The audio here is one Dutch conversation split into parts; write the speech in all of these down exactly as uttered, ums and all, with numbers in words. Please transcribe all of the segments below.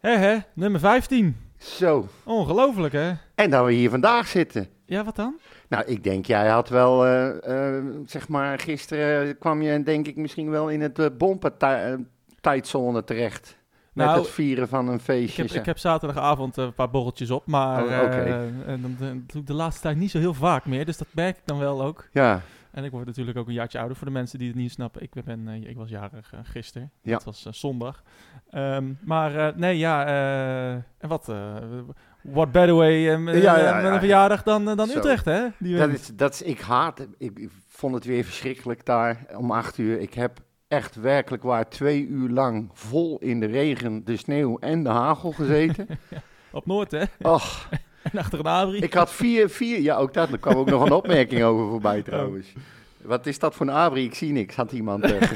Hé, hé, nummer vijftien. Zo. Ongelooflijk, hè? En dat we hier vandaag zitten. Ja, wat dan? Nou, ik denk, jij had wel, uh, uh, zeg maar, gisteren kwam je denk ik misschien wel in het uh, bompen-tijdzone terecht. Met Nou, het vieren van een feestje. Ik heb, ik heb zaterdagavond uh, een paar borreltjes op, maar oh, okay. uh, en dan, dan doe ik de laatste tijd niet zo heel vaak meer. Dus dat merk ik dan wel ook. Ja. En ik word natuurlijk ook een jaartje ouder voor de mensen die het niet snappen. Ik, ben, uh, ik was jarig uh, gisteren. Ja. Dat was uh, zondag. Um, maar uh, nee, ja. Uh, en wat? Uh, what better way um, uh, ja, ja, ja, met een verjaardag dan, uh, dan Utrecht, hè? Die dat is, dat is, ik haat, ik, ik vond het weer verschrikkelijk daar om acht uur. Ik heb echt werkelijk waar twee uur lang vol in de regen, de sneeuw en de hagel gezeten. Ja, op Noord, hè? Och. En achter een abri. Ik had vier, vier, ja ook dat, er kwam ook nog een opmerking over voorbij trouwens. Oh. Wat is dat voor een abri? Ik zie niks, had iemand uh,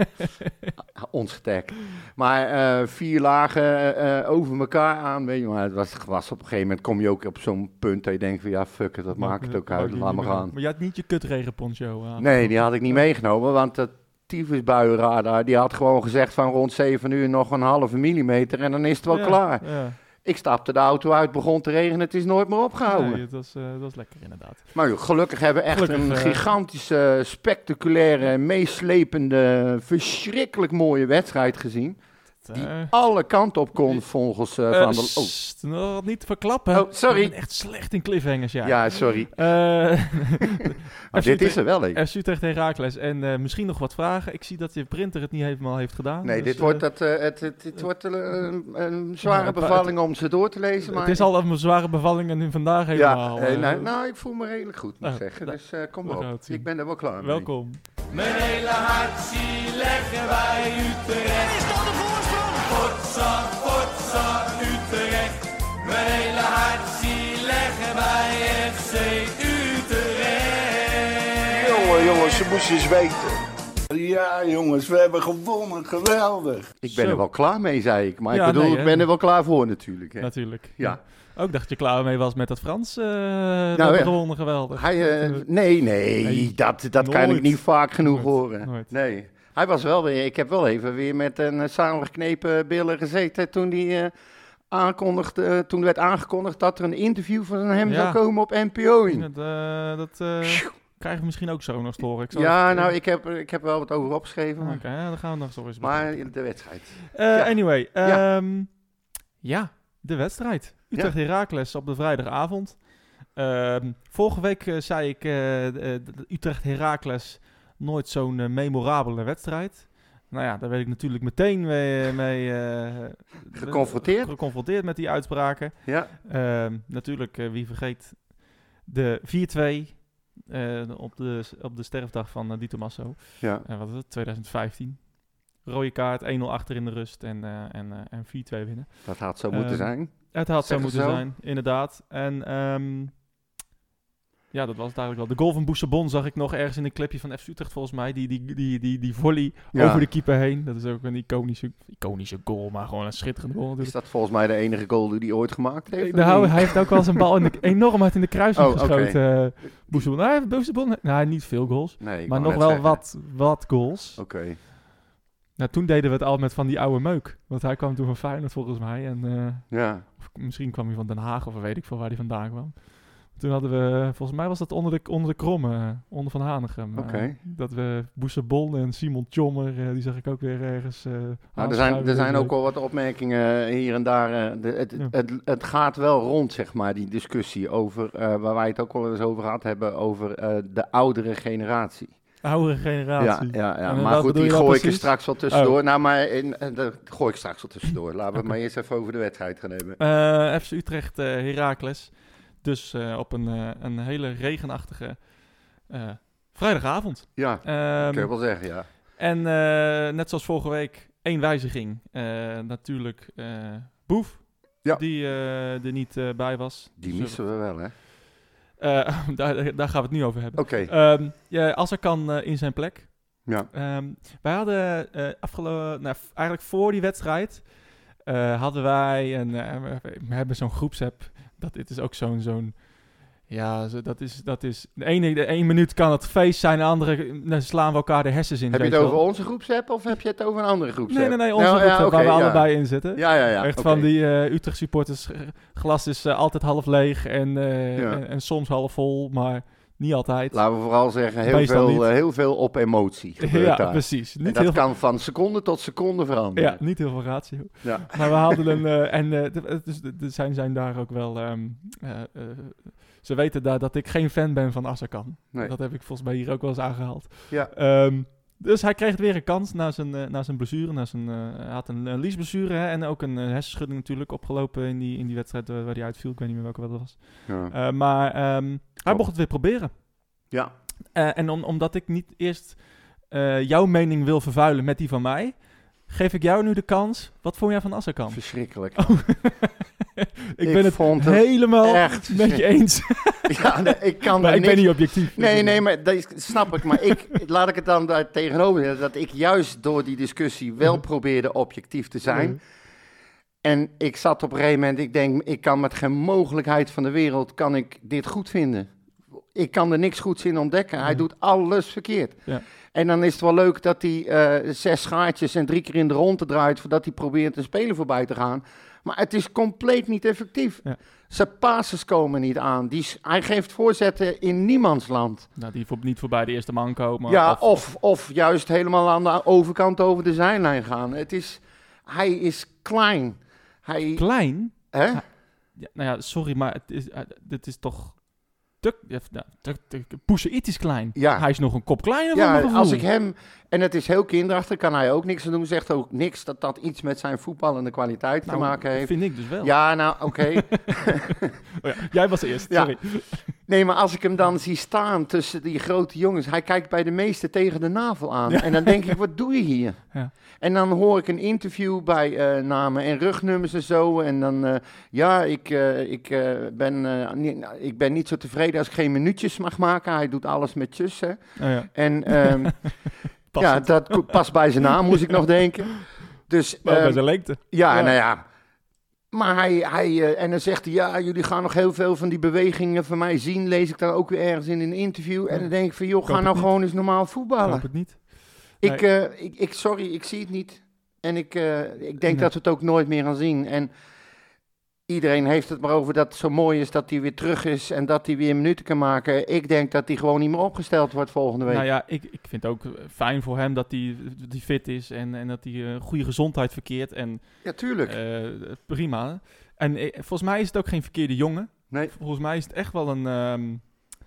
ons getagd. Maar uh, vier lagen uh, over elkaar aan, weet je, maar het was, was op een gegeven moment kom je ook op zo'n punt dat je denkt van ja, fuck it, dat maar, maakt het ook uit, laat maar gaan. Maar je had niet je kutregenponcho aan? Nee, die had ik niet meegenomen, want dat tyfusbuienradar, die had gewoon gezegd van rond zeven uur nog een halve millimeter en dan is het wel ja, klaar. Ja. Ik stapte de auto uit, begon te regenen, het is nooit meer opgehouden. Nee, dat was, uh, dat was lekker inderdaad. Maar joh, gelukkig hebben we echt gelukkig, een uh, gigantische, spectaculaire, meeslepende, verschrikkelijk mooie wedstrijd gezien. Die uh, alle kanten op kon volgens uh, uh, Van der... Oh. St- nog niet verklappen. Oh, sorry. Ik ben echt slecht in cliffhangers, ja. Ja, sorry. Uh, maar dit is er wel een. F C Utrecht Heracles. En uh, misschien nog wat vragen. Ik zie dat je printer het niet helemaal heeft gedaan. Nee, dus, dit uh, wordt, dat, uh, het, het, het wordt uh, een, een zware ja, bevalling het, om ze door te lezen. Maar het is al een zware bevalling en nu vandaag helemaal. Ja, uh, uh, nou, nou, ik voel me redelijk goed, moet ik uh, zeggen. Uh, dus uh, kom maar op. Ik ben er wel klaar mee. Welkom. Mijn hele hart zie leggen wij Utrecht. Is dat de voorsprong? Potsa, potsa, Utrecht. Mijn hele hart zie leggen wij F C Utrecht. Jongen, jongens, ze moesten eens weten. Ja, jongens, we hebben gewonnen. Geweldig. Ik ben Zo. er wel klaar mee, zei ik. Maar ja, ik bedoel, nee, ik ben er wel klaar voor natuurlijk. Hè. Natuurlijk. Ja. Ook dacht je klaar mee was met dat Frans. Uh, nou, dat ja. gewonnen, geweldig. Hij, uh, nee, nee, nee, dat, dat kan ik niet vaak genoeg Nooit. horen. Nooit. Nee. Hij was wel weer, ik heb wel even weer met een uh, samengeknepen billen gezeten toen hij uh, aankondigde, uh, toen werd aangekondigd dat er een interview van hem ja. zou komen op N P O één. Dat, uh, dat uh, krijgen we misschien ook zo nog storen. Ik ja, het, uh, nou, ik heb, ik heb wel wat over opgeschreven. Oké, okay, ja, dan gaan we nog zo eens Maar in de wedstrijd. Uh, ja. Anyway, um, ja. ja, de wedstrijd. Utrecht ja. Heracles op de vrijdagavond. Uh, vorige week uh, zei ik uh, uh, Utrecht Heracles nooit zo'n uh, memorabele wedstrijd. Nou ja, daar werd ik natuurlijk meteen mee, mee uh, geconfronteerd. geconfronteerd met die uitspraken. Ja. Uh, natuurlijk, uh, wie vergeet de vier twee uh, op, de, op de sterfdag van uh, Di Tommaso. Ja. Uh, wat is het? twintig vijftien. Rode kaart, één nul achter in de rust en, uh, en, uh, en vier twee winnen. Dat had zo moeten uh, zijn. Het had zeg zo moeten zo. zijn, inderdaad. En um, ja, dat was het eigenlijk wel. De goal van Boussabon zag ik nog ergens in een clipje van F C Utrecht volgens mij. Die, die, die, die, die volley ja. over de keeper heen. Dat is ook een iconische, iconische goal, maar gewoon een schitterende goal. Is dat volgens mij de enige goal die hij ooit gemaakt heeft? Nou, hij heeft ook wel zijn bal in de, enorm hard in de kruising oh, geschoten. Okay. Uh, Boussabon. Nou, hij heeft Boussabon. Nou, niet veel goals. Nee, maar nog wel wat, wat goals. Oké. Okay. Nou, toen deden we het al met van die oude meuk. Want hij kwam toen van Feyenoord volgens mij. En, uh, ja. Of misschien kwam hij van Den Haag of weet ik veel waar hij vandaan kwam. Toen hadden we, volgens mij was dat onder de, onder de kromme, onder Van Hanegem. Oké. Okay. Uh, dat we Boussabon en Simon Tjommer, uh, die zag ik ook weer ergens uh, nou, er zijn, er zijn ook al wat opmerkingen hier en daar. Uh, de, het, ja. het, het, het gaat wel rond, zeg maar, die discussie over, uh, waar wij het ook al eens over gehad hebben, over uh, de oudere generatie. Oudere generatie. Ja, ja, ja. maar goed, die gooi ik er straks wel tussendoor. Oh. Nou, maar in, de gooi ik straks wel tussendoor. Laten we okay. het maar eerst even over de wedstrijd gaan hebben. Uh, F C Utrecht, uh, Heracles. Dus uh, op een, uh, een hele regenachtige uh, vrijdagavond. Ja, um, kun je wel zeggen, ja. En uh, net zoals vorige week, één wijziging. Uh, natuurlijk uh, Boef, ja. die uh, er niet uh, bij was. Die dus, missen we wel, hè? Uh, daar, daar gaan we het nu over hebben. Oké. Okay. Um, ja, als er kan uh, in zijn plek. Ja. Um, wij hadden uh, afgelopen, nou, eigenlijk voor die wedstrijd, uh, hadden wij een, uh, we hebben zo'n groepsapp. Dat dit is ook zo'n, zo'n, Ja, zo, dat is... Dat is de, ene, de ene minuut kan het feest zijn, de andere dan slaan we elkaar de hersens in. Heb je weet het je over wel. onze groepsapp of heb je het over een andere groepsapp? Nee, nee, nee, onze Nou, groepsapp ja, oké, waar we ja. allebei in zitten. Ja, ja, ja. Echt oké. van die uh, Utrecht supporters, g- glas is uh, altijd half leeg en, uh, Ja. en, en soms half vol, maar niet altijd. Laten we vooral zeggen, heel Meestal veel, niet. uh, heel veel op emotie gebeurt Ja, daar. precies. En Niet dat heel veel, kan van seconde tot seconde veranderen. ja, niet heel veel ratio. Ja. Maar we hadden een... uh, en uh, d- het is- d- zijn, zijn daar ook wel... Um, uh, uh, ze weten daar dat ik geen fan ben van Azarkan. Nee. Dat heb ik volgens mij hier ook wel eens aangehaald. Ja. Um, dus hij kreeg weer een kans na zijn, uh, na zijn blessure. Na zijn, uh, hij had een uh, liesblessure hè, en ook een uh, hersenschudding natuurlijk opgelopen in die, in die wedstrijd uh, waar hij uitviel. Ik weet niet meer welke dat was. Ja. Uh, maar um, hij Top. mocht het weer proberen. Ja. Uh, en om, omdat ik niet eerst uh, jouw mening wil vervuilen met die van mij, geef ik jou nu de kans. Wat vond jij van Azarkan? Verschrikkelijk. Oh. ik, Ik ben het vond het helemaal echt met je eens. Ja, nee, ik kan maar er ik ben niks... niet objectief. Nee, nee, maar dat is- snap ik. Maar ik, laat ik het dan daar tegenover zetten, dat ik juist door die discussie wel probeerde objectief te zijn. Mhm. En ik zat op een gegeven moment, ik denk, ik kan met geen mogelijkheid van de wereld, kan ik dit goed vinden. Ik kan er niks goeds in ontdekken. Hij Mhm. doet alles verkeerd. Ja. En dan is het wel leuk dat hij eh, zes schaartjes en drie keer in de ronde draait, voordat hij probeert een speler voorbij te gaan. Maar het is compleet niet effectief. Ja. Zijn passes komen niet aan. Die, s- hij geeft voorzetten in niemands land. Nou, die voor, niet voorbij de eerste man komen. Ja, of, of, of juist helemaal aan de overkant over de zijlijn gaan. Het is, hij is klein. Hij, klein. hè? Ja, nou ja, sorry, maar het is, uh, dit is toch... Te, ja, nou, te, te, Poeseit is klein. Ja. Hij is nog een kop kleiner van mijn Ja, gevoel. als ik hem... En het is heel kinderachtig, kan hij ook niks aan doen. Zegt ook niks dat dat iets met zijn voetballende kwaliteit Nou, te maken heeft. vind ik dus wel. Ja, nou, oké. Oh ja, jij was eerst, Ja. sorry. Nee, maar als ik hem dan zie staan tussen die grote jongens... Hij kijkt bij de meeste tegen de navel aan. Ja. En dan denk ik, wat doe je hier? Ja. En dan hoor ik een interview bij uh, namen en rugnummers en zo. En dan, uh, ja, ik, uh, ik, uh, ben, uh, niet, ik ben niet zo tevreden als ik geen minuutjes mag maken. Hij doet alles met tjus, hè. Oh ja. En um, Past ja, het. dat ko- past bij zijn naam, moest ik nog denken. Dus, Maar ook bij um, zijn lengte. ja, Ja. nou ja. Maar hij, hij uh, en dan zegt hij, ja, jullie gaan nog heel veel van die bewegingen van mij zien. Lees ik dan ook weer ergens in een interview. En dan denk ik van, joh, Koop ga het nou niet. gewoon eens normaal Ik voetballen. hoop het niet. Ik, uh, ik, ik, sorry, ik zie het niet. En ik, uh, ik denk Nee. dat we het ook nooit meer gaan zien. En iedereen heeft het maar over dat het zo mooi is dat hij weer terug is en dat hij weer minuten kan maken. Ik denk dat hij gewoon niet meer opgesteld wordt volgende week. Nou ja, ik, ik vind het ook eh, fijn voor hem dat hij, dat hij fit is en, en dat hij uh, goede gezondheid verkeert. En Ja, tuurlijk. uh, prima. En eh, volgens mij is het ook geen verkeerde jongen. Nee. Volgens mij is het echt wel een... Um,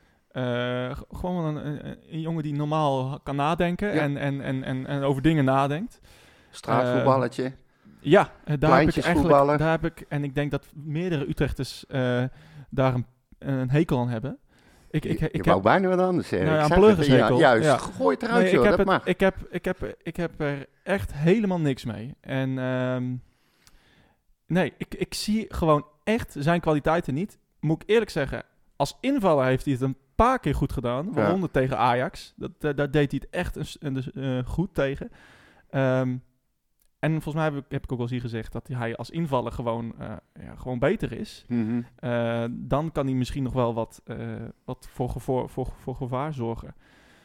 uh, g- gewoon wel een, een, een jongen die normaal kan nadenken Ja. en, en, en, en, en over dingen nadenkt. Straatvoetballetje. Ja, uh, daar heb ik eigenlijk... Kleintjesvoetballer. Daar heb ik, en ik denk dat meerdere Utrechters uh, daar een, een hekel aan hebben. Ik, ik, je ik je wou heb, bijna wat anders zeggen. Nou ja, Ik een zeg het, pleurishekel. ja, juist, Ja. gooi het eruit, Nee, joh, ik, heb dat het, mag. ik, heb, ik, heb, ik heb er echt helemaal niks mee. En um, nee, ik, ik zie gewoon echt zijn kwaliteiten niet. Moet ik eerlijk zeggen, als invaller heeft hij het een paar keer goed gedaan. Waaronder ja. tegen Ajax. Dat, uh, daar deed hij het echt een, een, uh, goed tegen. Um, en volgens mij heb ik, heb ik ook al eens hier gezegd dat hij als invaller gewoon, uh, ja, gewoon beter is. Mm-hmm. Uh, dan kan hij misschien nog wel wat, uh, wat voor, voor, voor, voor gevaar zorgen.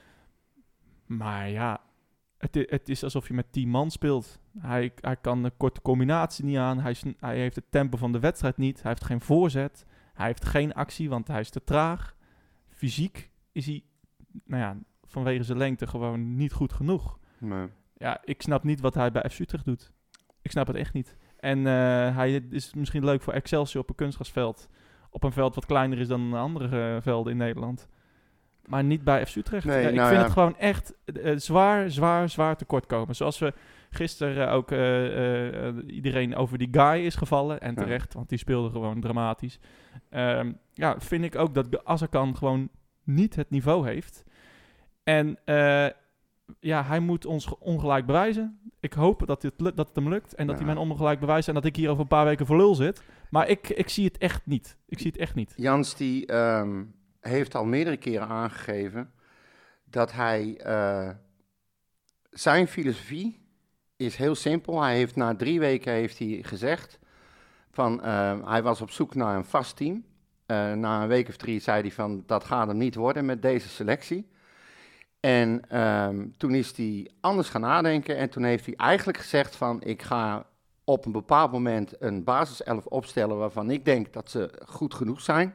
Maar ja, het, het is alsof je met tien man speelt. Hij, hij kan de korte combinatie niet aan. Hij, hij heeft het tempo van de wedstrijd niet. Hij heeft geen voorzet. Hij heeft geen actie, want hij is te traag. Fysiek is hij, nou ja, vanwege zijn lengte gewoon niet goed genoeg. Nee. Ja, ik snap niet wat hij bij F C Utrecht doet. Ik snap het echt niet. En uh, hij is misschien leuk voor Excelsior op een kunstgrasveld. Op een veld wat kleiner is dan andere uh, velden in Nederland. Maar niet bij F C Utrecht. Nee, uh, ik nou vind ja. het gewoon echt uh, zwaar, zwaar, zwaar tekortkomen. Zoals we gisteren uh, ook uh, uh, iedereen over die guy is gevallen. En terecht, ja. want die speelde gewoon dramatisch. Um, ja, vind ik ook dat Azarkan gewoon niet het niveau heeft. En uh, ja, hij moet ons ongelijk bewijzen. Ik hoop dat het, dat het hem lukt en dat ja. hij mijn ongelijk bewijst en dat ik hier over een paar weken voor lul zit. Maar ik, ik zie het echt niet. Ik zie het echt niet. Jans die um, heeft al meerdere keren aangegeven dat hij uh, zijn filosofie is heel simpel. Hij heeft na drie weken heeft hij gezegd van uh, hij was op zoek naar een vast team Uh, na een week of drie zei hij van, dat gaat hem niet worden met deze selectie. En um, toen is hij anders gaan nadenken en toen heeft hij eigenlijk gezegd van, ik ga op een bepaald moment een basiself opstellen waarvan ik denk dat ze goed genoeg zijn.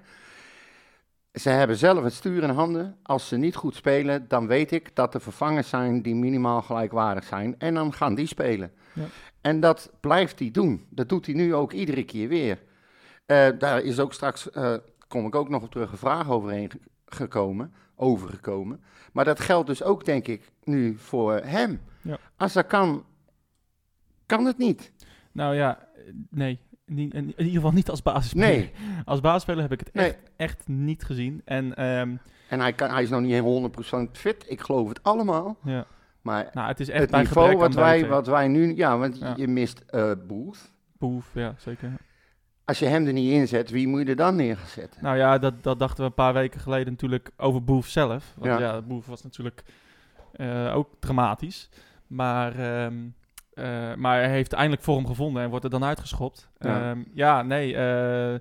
Ze hebben zelf het stuur in handen. Als ze niet goed spelen, dan weet ik dat er vervangers zijn die minimaal gelijkwaardig zijn. En dan gaan die spelen. Ja. En dat blijft hij doen. Dat doet hij nu ook iedere keer weer. Uh, daar is ook straks, uh, kom ik ook nog op terug, een vraag overheen gekomen, overgekomen. Maar dat geldt dus ook, denk ik, nu voor hem. Ja. Als dat kan, kan het niet. Nou ja, nee. Niet, in ieder geval niet als basisspeler. Nee. Als basisspeler heb ik het echt, nee. echt niet gezien. En, um, en hij, kan, hij is nog niet honderd procent fit. Ik geloof het allemaal. Ja. Maar nou, het, is echt het niveau wat wij, wat wij nu... Ja, want ja. je mist uh, Booth. Booth, ja, zeker. Als je hem er niet inzet, wie moet je er dan neer gaan zetten? Nou ja, dat, dat dachten we een paar weken geleden natuurlijk over Booth zelf. Want ja, ja Booth was natuurlijk uh, ook dramatisch. Maar... Um, Uh, maar hij heeft eindelijk vorm gevonden en wordt er dan uitgeschopt. Ja, um, ja nee. Uh,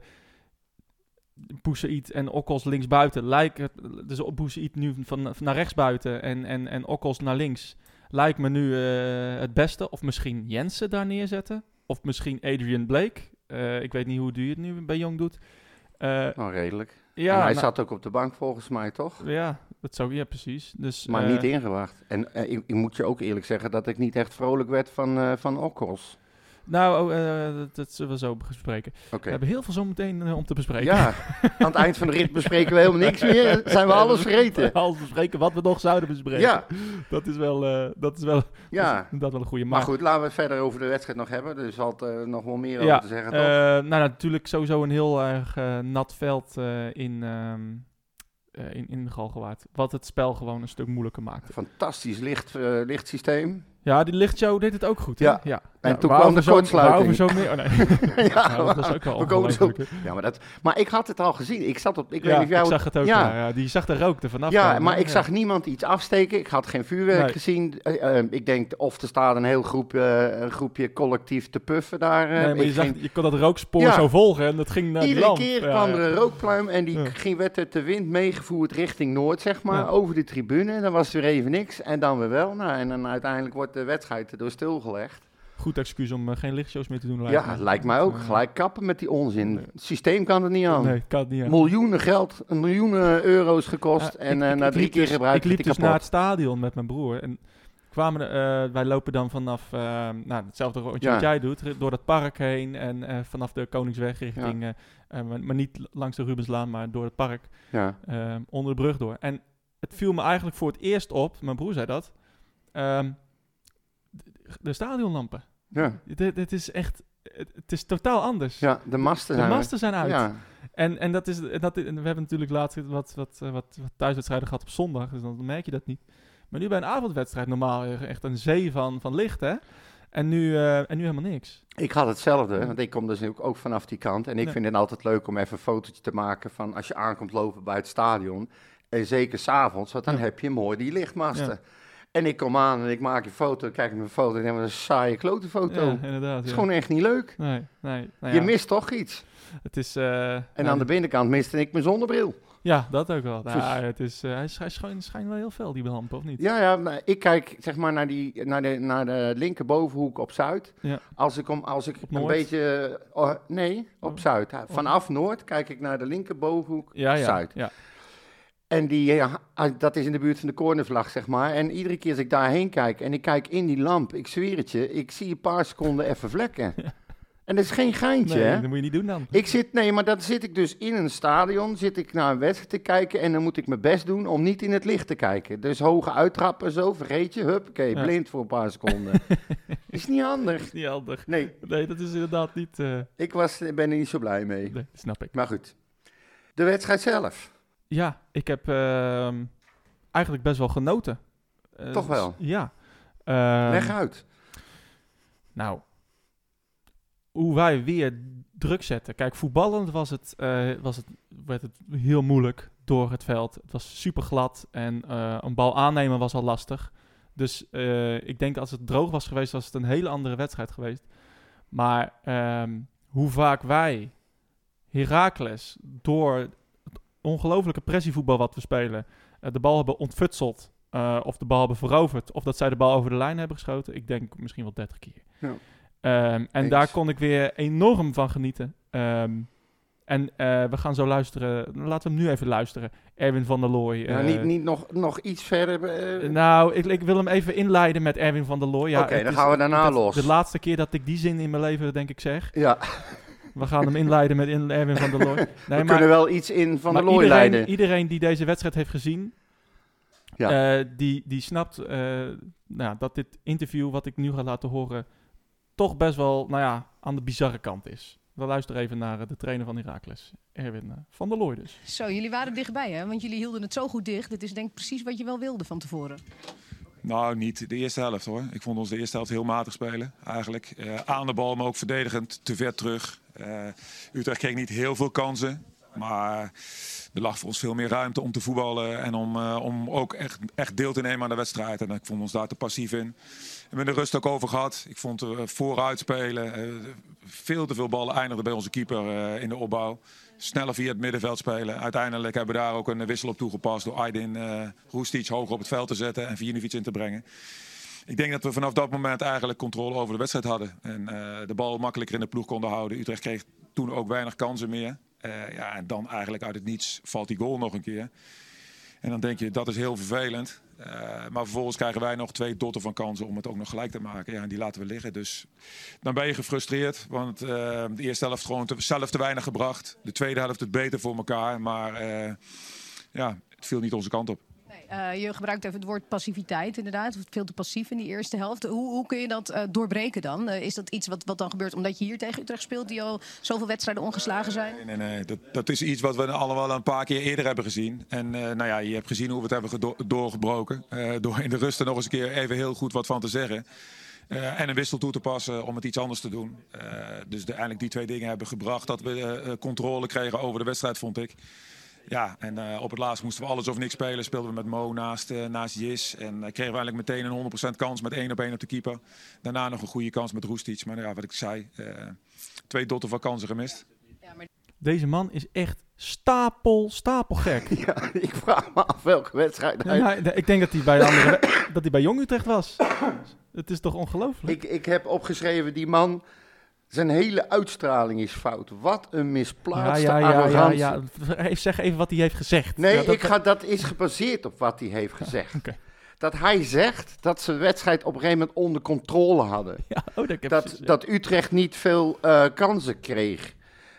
Boussaïd en Okkels linksbuiten lijken... Dus Boussaïd nu van, van naar rechts buiten en, en, en Okkels naar links. Lijkt me nu uh, het beste. Of misschien Jensen daar neerzetten. Of misschien Adrian Blake. Uh, ik weet niet hoe duur het nu bij Jong doet. Uh, nou, redelijk. Ja, en hij nou, zat ook op de bank volgens mij, toch? Ja, dat zou, ja precies. Dus, maar uh, niet ingebracht. En uh, ik, ik moet je ook eerlijk zeggen dat ik niet echt vrolijk werd van, uh, van Okkels. Nou, uh, dat, dat zullen we zo bespreken. Okay. We hebben heel veel zo meteen uh, om te bespreken. Ja, aan het eind van de rit bespreken we helemaal niks meer. Zijn we alles vergeten. Alles bespreken wat we nog zouden bespreken. Ja. Dat is wel, uh, dat is wel, ja. dat is, dat wel een goede. Maar, maar goed, laten we het verder over de wedstrijd nog hebben. Er valt uh, nog wel meer ja, over te zeggen, toch? Uh, nou, natuurlijk sowieso een heel erg uh, nat veld uh, in... Um, Uh, in, in de Galgenwaard. Wat het spel gewoon een stuk moeilijker maakte. Fantastisch licht, uh, lichtsysteem. Ja, die lichtshow deed het ook goed. Hè? Ja. ja. En ja, toen kwam de kortsluiting. Zo meer... Oh nee. ja, nou, dat was ook wel ongelooflijk. Zo... Ja, maar, dat... maar ik had het al gezien. Ik zat op... Ik, ja, weet niet of jij ik zag het ook. Ja. Ja, ja. Die zag de rook er vanaf. Ja, komen, maar ik ja. zag niemand iets afsteken. Ik had geen vuurwerk nee. gezien. Uh, uh, ik denk, of er staat een heel groep, uh, een groepje collectief te puffen daar. Uh, nee, maar je, zag, ging... je kon dat rookspoor ja. zo volgen en dat ging naar Iedere die lamp. keer ja, kwam ja. er een rookpluim en die ja. ging, werd uit de wind meegevoerd richting Noord, zeg maar, ja. over de tribune. Dan was er weer even niks en dan weer wel. Nou, en dan uiteindelijk wordt de wedstrijd erdoor stilgelegd. Goed excuus om uh, geen lichtshows meer te doen. Lijkt ja, me. lijkt mij ook. Uh, Gelijk kappen met die onzin. Nee. Het systeem kan er niet aan. Nee, kan het niet aan. Miljoenen geld, miljoenen euro's gekost uh, en uh, na drie keer dus, gebruikt. Ik liep dus kapot. naar het stadion met mijn broer en kwamen er, uh, wij lopen dan vanaf uh, nou, hetzelfde rondje ja. wat jij doet, door dat park heen en uh, vanaf de Koningsweg richting, ja. uh, uh, maar niet langs de Rubenslaan, maar door het park, ja. uh, onder de brug door. En het viel me eigenlijk voor het eerst op, mijn broer zei dat, um, de, de stadionlampen. Ja. Dit, dit is echt, het, het is totaal anders. Ja, de masten de zijn, masten zijn uit. Ja. En, en, dat is, dat, en we hebben natuurlijk laatst wat, wat, wat, wat thuiswedstrijden gehad op zondag, dus dan merk je dat niet. Maar nu bij een avondwedstrijd normaal echt een zee van, van licht, hè? En nu, uh, en nu helemaal niks. Ik had hetzelfde, want ik kom dus ook vanaf die kant. En ik nee. vind het altijd leuk om even een fotootje te maken van als je aankomt lopen bij het stadion. En zeker 's avonds, want dan ja. heb je mooi die lichtmasten. Ja. En ik kom aan en ik maak een foto, kijk naar mijn foto en denk wat een saaie klote foto. Ja, inderdaad. Het is ja. gewoon echt niet leuk. Nee, nee. Nou je ja. mist toch iets. Het is, uh, en nou, aan de binnenkant miste ik mijn zonnebril. Ja, dat ook wel. Nou, het is, uh, hij schijnt, schijnt wel heel veel, die lamp, of niet? Ja, ja, maar ik kijk zeg maar naar, die, naar, de, naar de linkerbovenhoek op Zuid. Ja. Als ik, om, als ik een beetje... Oh, nee, op oh. Zuid. Vanaf Noord kijk ik naar de linkerbovenhoek ja, ja, Zuid. Ja. En die, ja, dat is in de buurt van de cornervlag, zeg maar. En iedere keer als ik daarheen kijk en ik kijk in die lamp, ik zweer het je, ik zie een paar seconden even vlekken. Ja. En dat is geen geintje, nee, hè? dat moet je niet doen dan. Ik zit, nee, maar dan zit ik dus in een stadion, zit ik naar een wedstrijd te kijken en dan moet ik mijn best doen om niet in het licht te kijken. Dus hoge uittrappen zo, vergeet je, huppakee, ja. blind voor een paar seconden. Is niet handig. Is niet handig. Nee. Nee, dat is inderdaad niet... Uh... Ik was, ben er niet zo blij mee. Nee, snap ik. Maar goed. De wedstrijd zelf. Ja, ik heb uh, eigenlijk best wel genoten. Uh, Toch wel? Ja. Uh, Leg uit. Nou, hoe wij weer druk zetten. Kijk, voetballend was het, uh, was het, werd het heel moeilijk door het veld. Het was super glad en uh, een bal aannemen was al lastig. Dus uh, ik denk als het droog was geweest, was het een hele andere wedstrijd geweest. Maar um, hoe vaak wij Heracles, door het ongelofelijke pressievoetbal wat we spelen, uh, de bal hebben ontfutseld, uh, of de bal hebben veroverd, of dat zij de bal over de lijn hebben geschoten. Ik denk misschien wel dertig keer. Ja. Um, en Eens. Daar kon ik weer enorm van genieten. Um, en uh, we gaan zo luisteren. Laten we hem nu even luisteren. Erwin van der Looy. Uh, ja, niet niet nog, nog iets verder? Uh... Nou, ik, ik wil hem even inleiden met Erwin van der Looy. Ja, Oké, okay, dan gaan we daarna het, los. De laatste keer dat ik die zin in mijn leven, denk ik, zeg. Ja. We gaan hem inleiden met in Erwin van der Looy. Nee, we maar, kunnen wel iets in Van der Looy iedereen, leiden. Iedereen die deze wedstrijd heeft gezien, ja. uh, die, die snapt uh, nou, dat dit interview wat ik nu ga laten horen toch best wel nou ja, aan de bizarre kant is. We luisteren even naar uh, de trainer van Heracles, Erwin uh, van der Looy dus. Zo, jullie waren dichtbij hè, want jullie hielden het zo goed dicht. Dit is denk ik precies wat je wel wilde van tevoren. Nou, niet de eerste helft hoor. Ik vond ons de eerste helft heel matig spelen eigenlijk. Uh, aan de bal, maar ook verdedigend, te ver terug. Uh, Utrecht kreeg niet heel veel kansen. Maar er lag voor ons veel meer ruimte om te voetballen. En om, uh, om ook echt, echt deel te nemen aan de wedstrijd. En ik vond ons daar te passief in. We hebben de rust ook over gehad. Ik vond uh, vooruit spelen. Uh, veel te veel ballen eindigden bij onze keeper uh, in de opbouw. Sneller via het middenveld spelen. Uiteindelijk hebben we daar ook een wissel op toegepast. Door Aydin uh, Roestic hoger op het veld te zetten. En Vijinovic in te brengen. Ik denk dat we vanaf dat moment eigenlijk controle over de wedstrijd hadden. En uh, de bal makkelijker in de ploeg konden houden. Utrecht kreeg toen ook weinig kansen meer. Uh, ja, en dan eigenlijk uit het niets valt die goal nog een keer. En dan denk je, dat is heel vervelend. Uh, maar vervolgens krijgen wij nog twee dotten van kansen om het ook nog gelijk te maken. Ja, en die laten we liggen. Dus dan ben je gefrustreerd. Want uh, de eerste helft gewoon te, zelf te weinig gebracht. De tweede helft het beter voor elkaar. Maar uh, ja, het viel niet onze kant op. Uh, je gebruikt even het woord passiviteit inderdaad. Veel te passief in die eerste helft. Hoe, hoe kun je dat uh, doorbreken dan? Uh, is dat iets wat, wat dan gebeurt omdat je hier tegen Utrecht speelt... die al zoveel wedstrijden ongeslagen zijn? Nee, nee, nee. Dat, dat is iets wat we allemaal een paar keer eerder hebben gezien. En uh, nou ja, je hebt gezien hoe we het hebben gedo- doorgebroken. Uh, door in de rust er nog eens een keer even heel goed wat van te zeggen. Uh, en een wissel toe te passen om het iets anders te doen. Uh, dus de, eigenlijk die twee dingen hebben gebracht... dat we uh, controle kregen over de wedstrijd, vond ik. Ja, en uh, op het laatst moesten we alles of niks spelen. Speelden we met Mo naast, uh, naast Jis. En uh, kregen we eigenlijk meteen een honderd procent kans met één op één op de keeper. Daarna nog een goede kans met Roestic. Maar ja, wat ik zei, uh, twee dotten van kansen gemist. Deze man is echt stapel, stapel gek. Ja, ik vraag me af welke wedstrijd hij... Ja, nou, ik denk dat hij bij, andere, dat hij bij Jong Utrecht was. Het is toch ongelooflijk? Ik, ik heb opgeschreven, die man... Zijn hele uitstraling is fout. Wat een misplaatste ja, ja, ja, arrogantie. Ja, ja. Zeg even wat hij heeft gezegd. Nee, ja, dat, ik ga, dat is gebaseerd op wat hij heeft gezegd. Okay. Dat hij zegt dat ze de wedstrijd op een gegeven moment onder controle hadden. Ja, oh, dat, dat, precies, ja. dat Utrecht niet veel uh, kansen kreeg.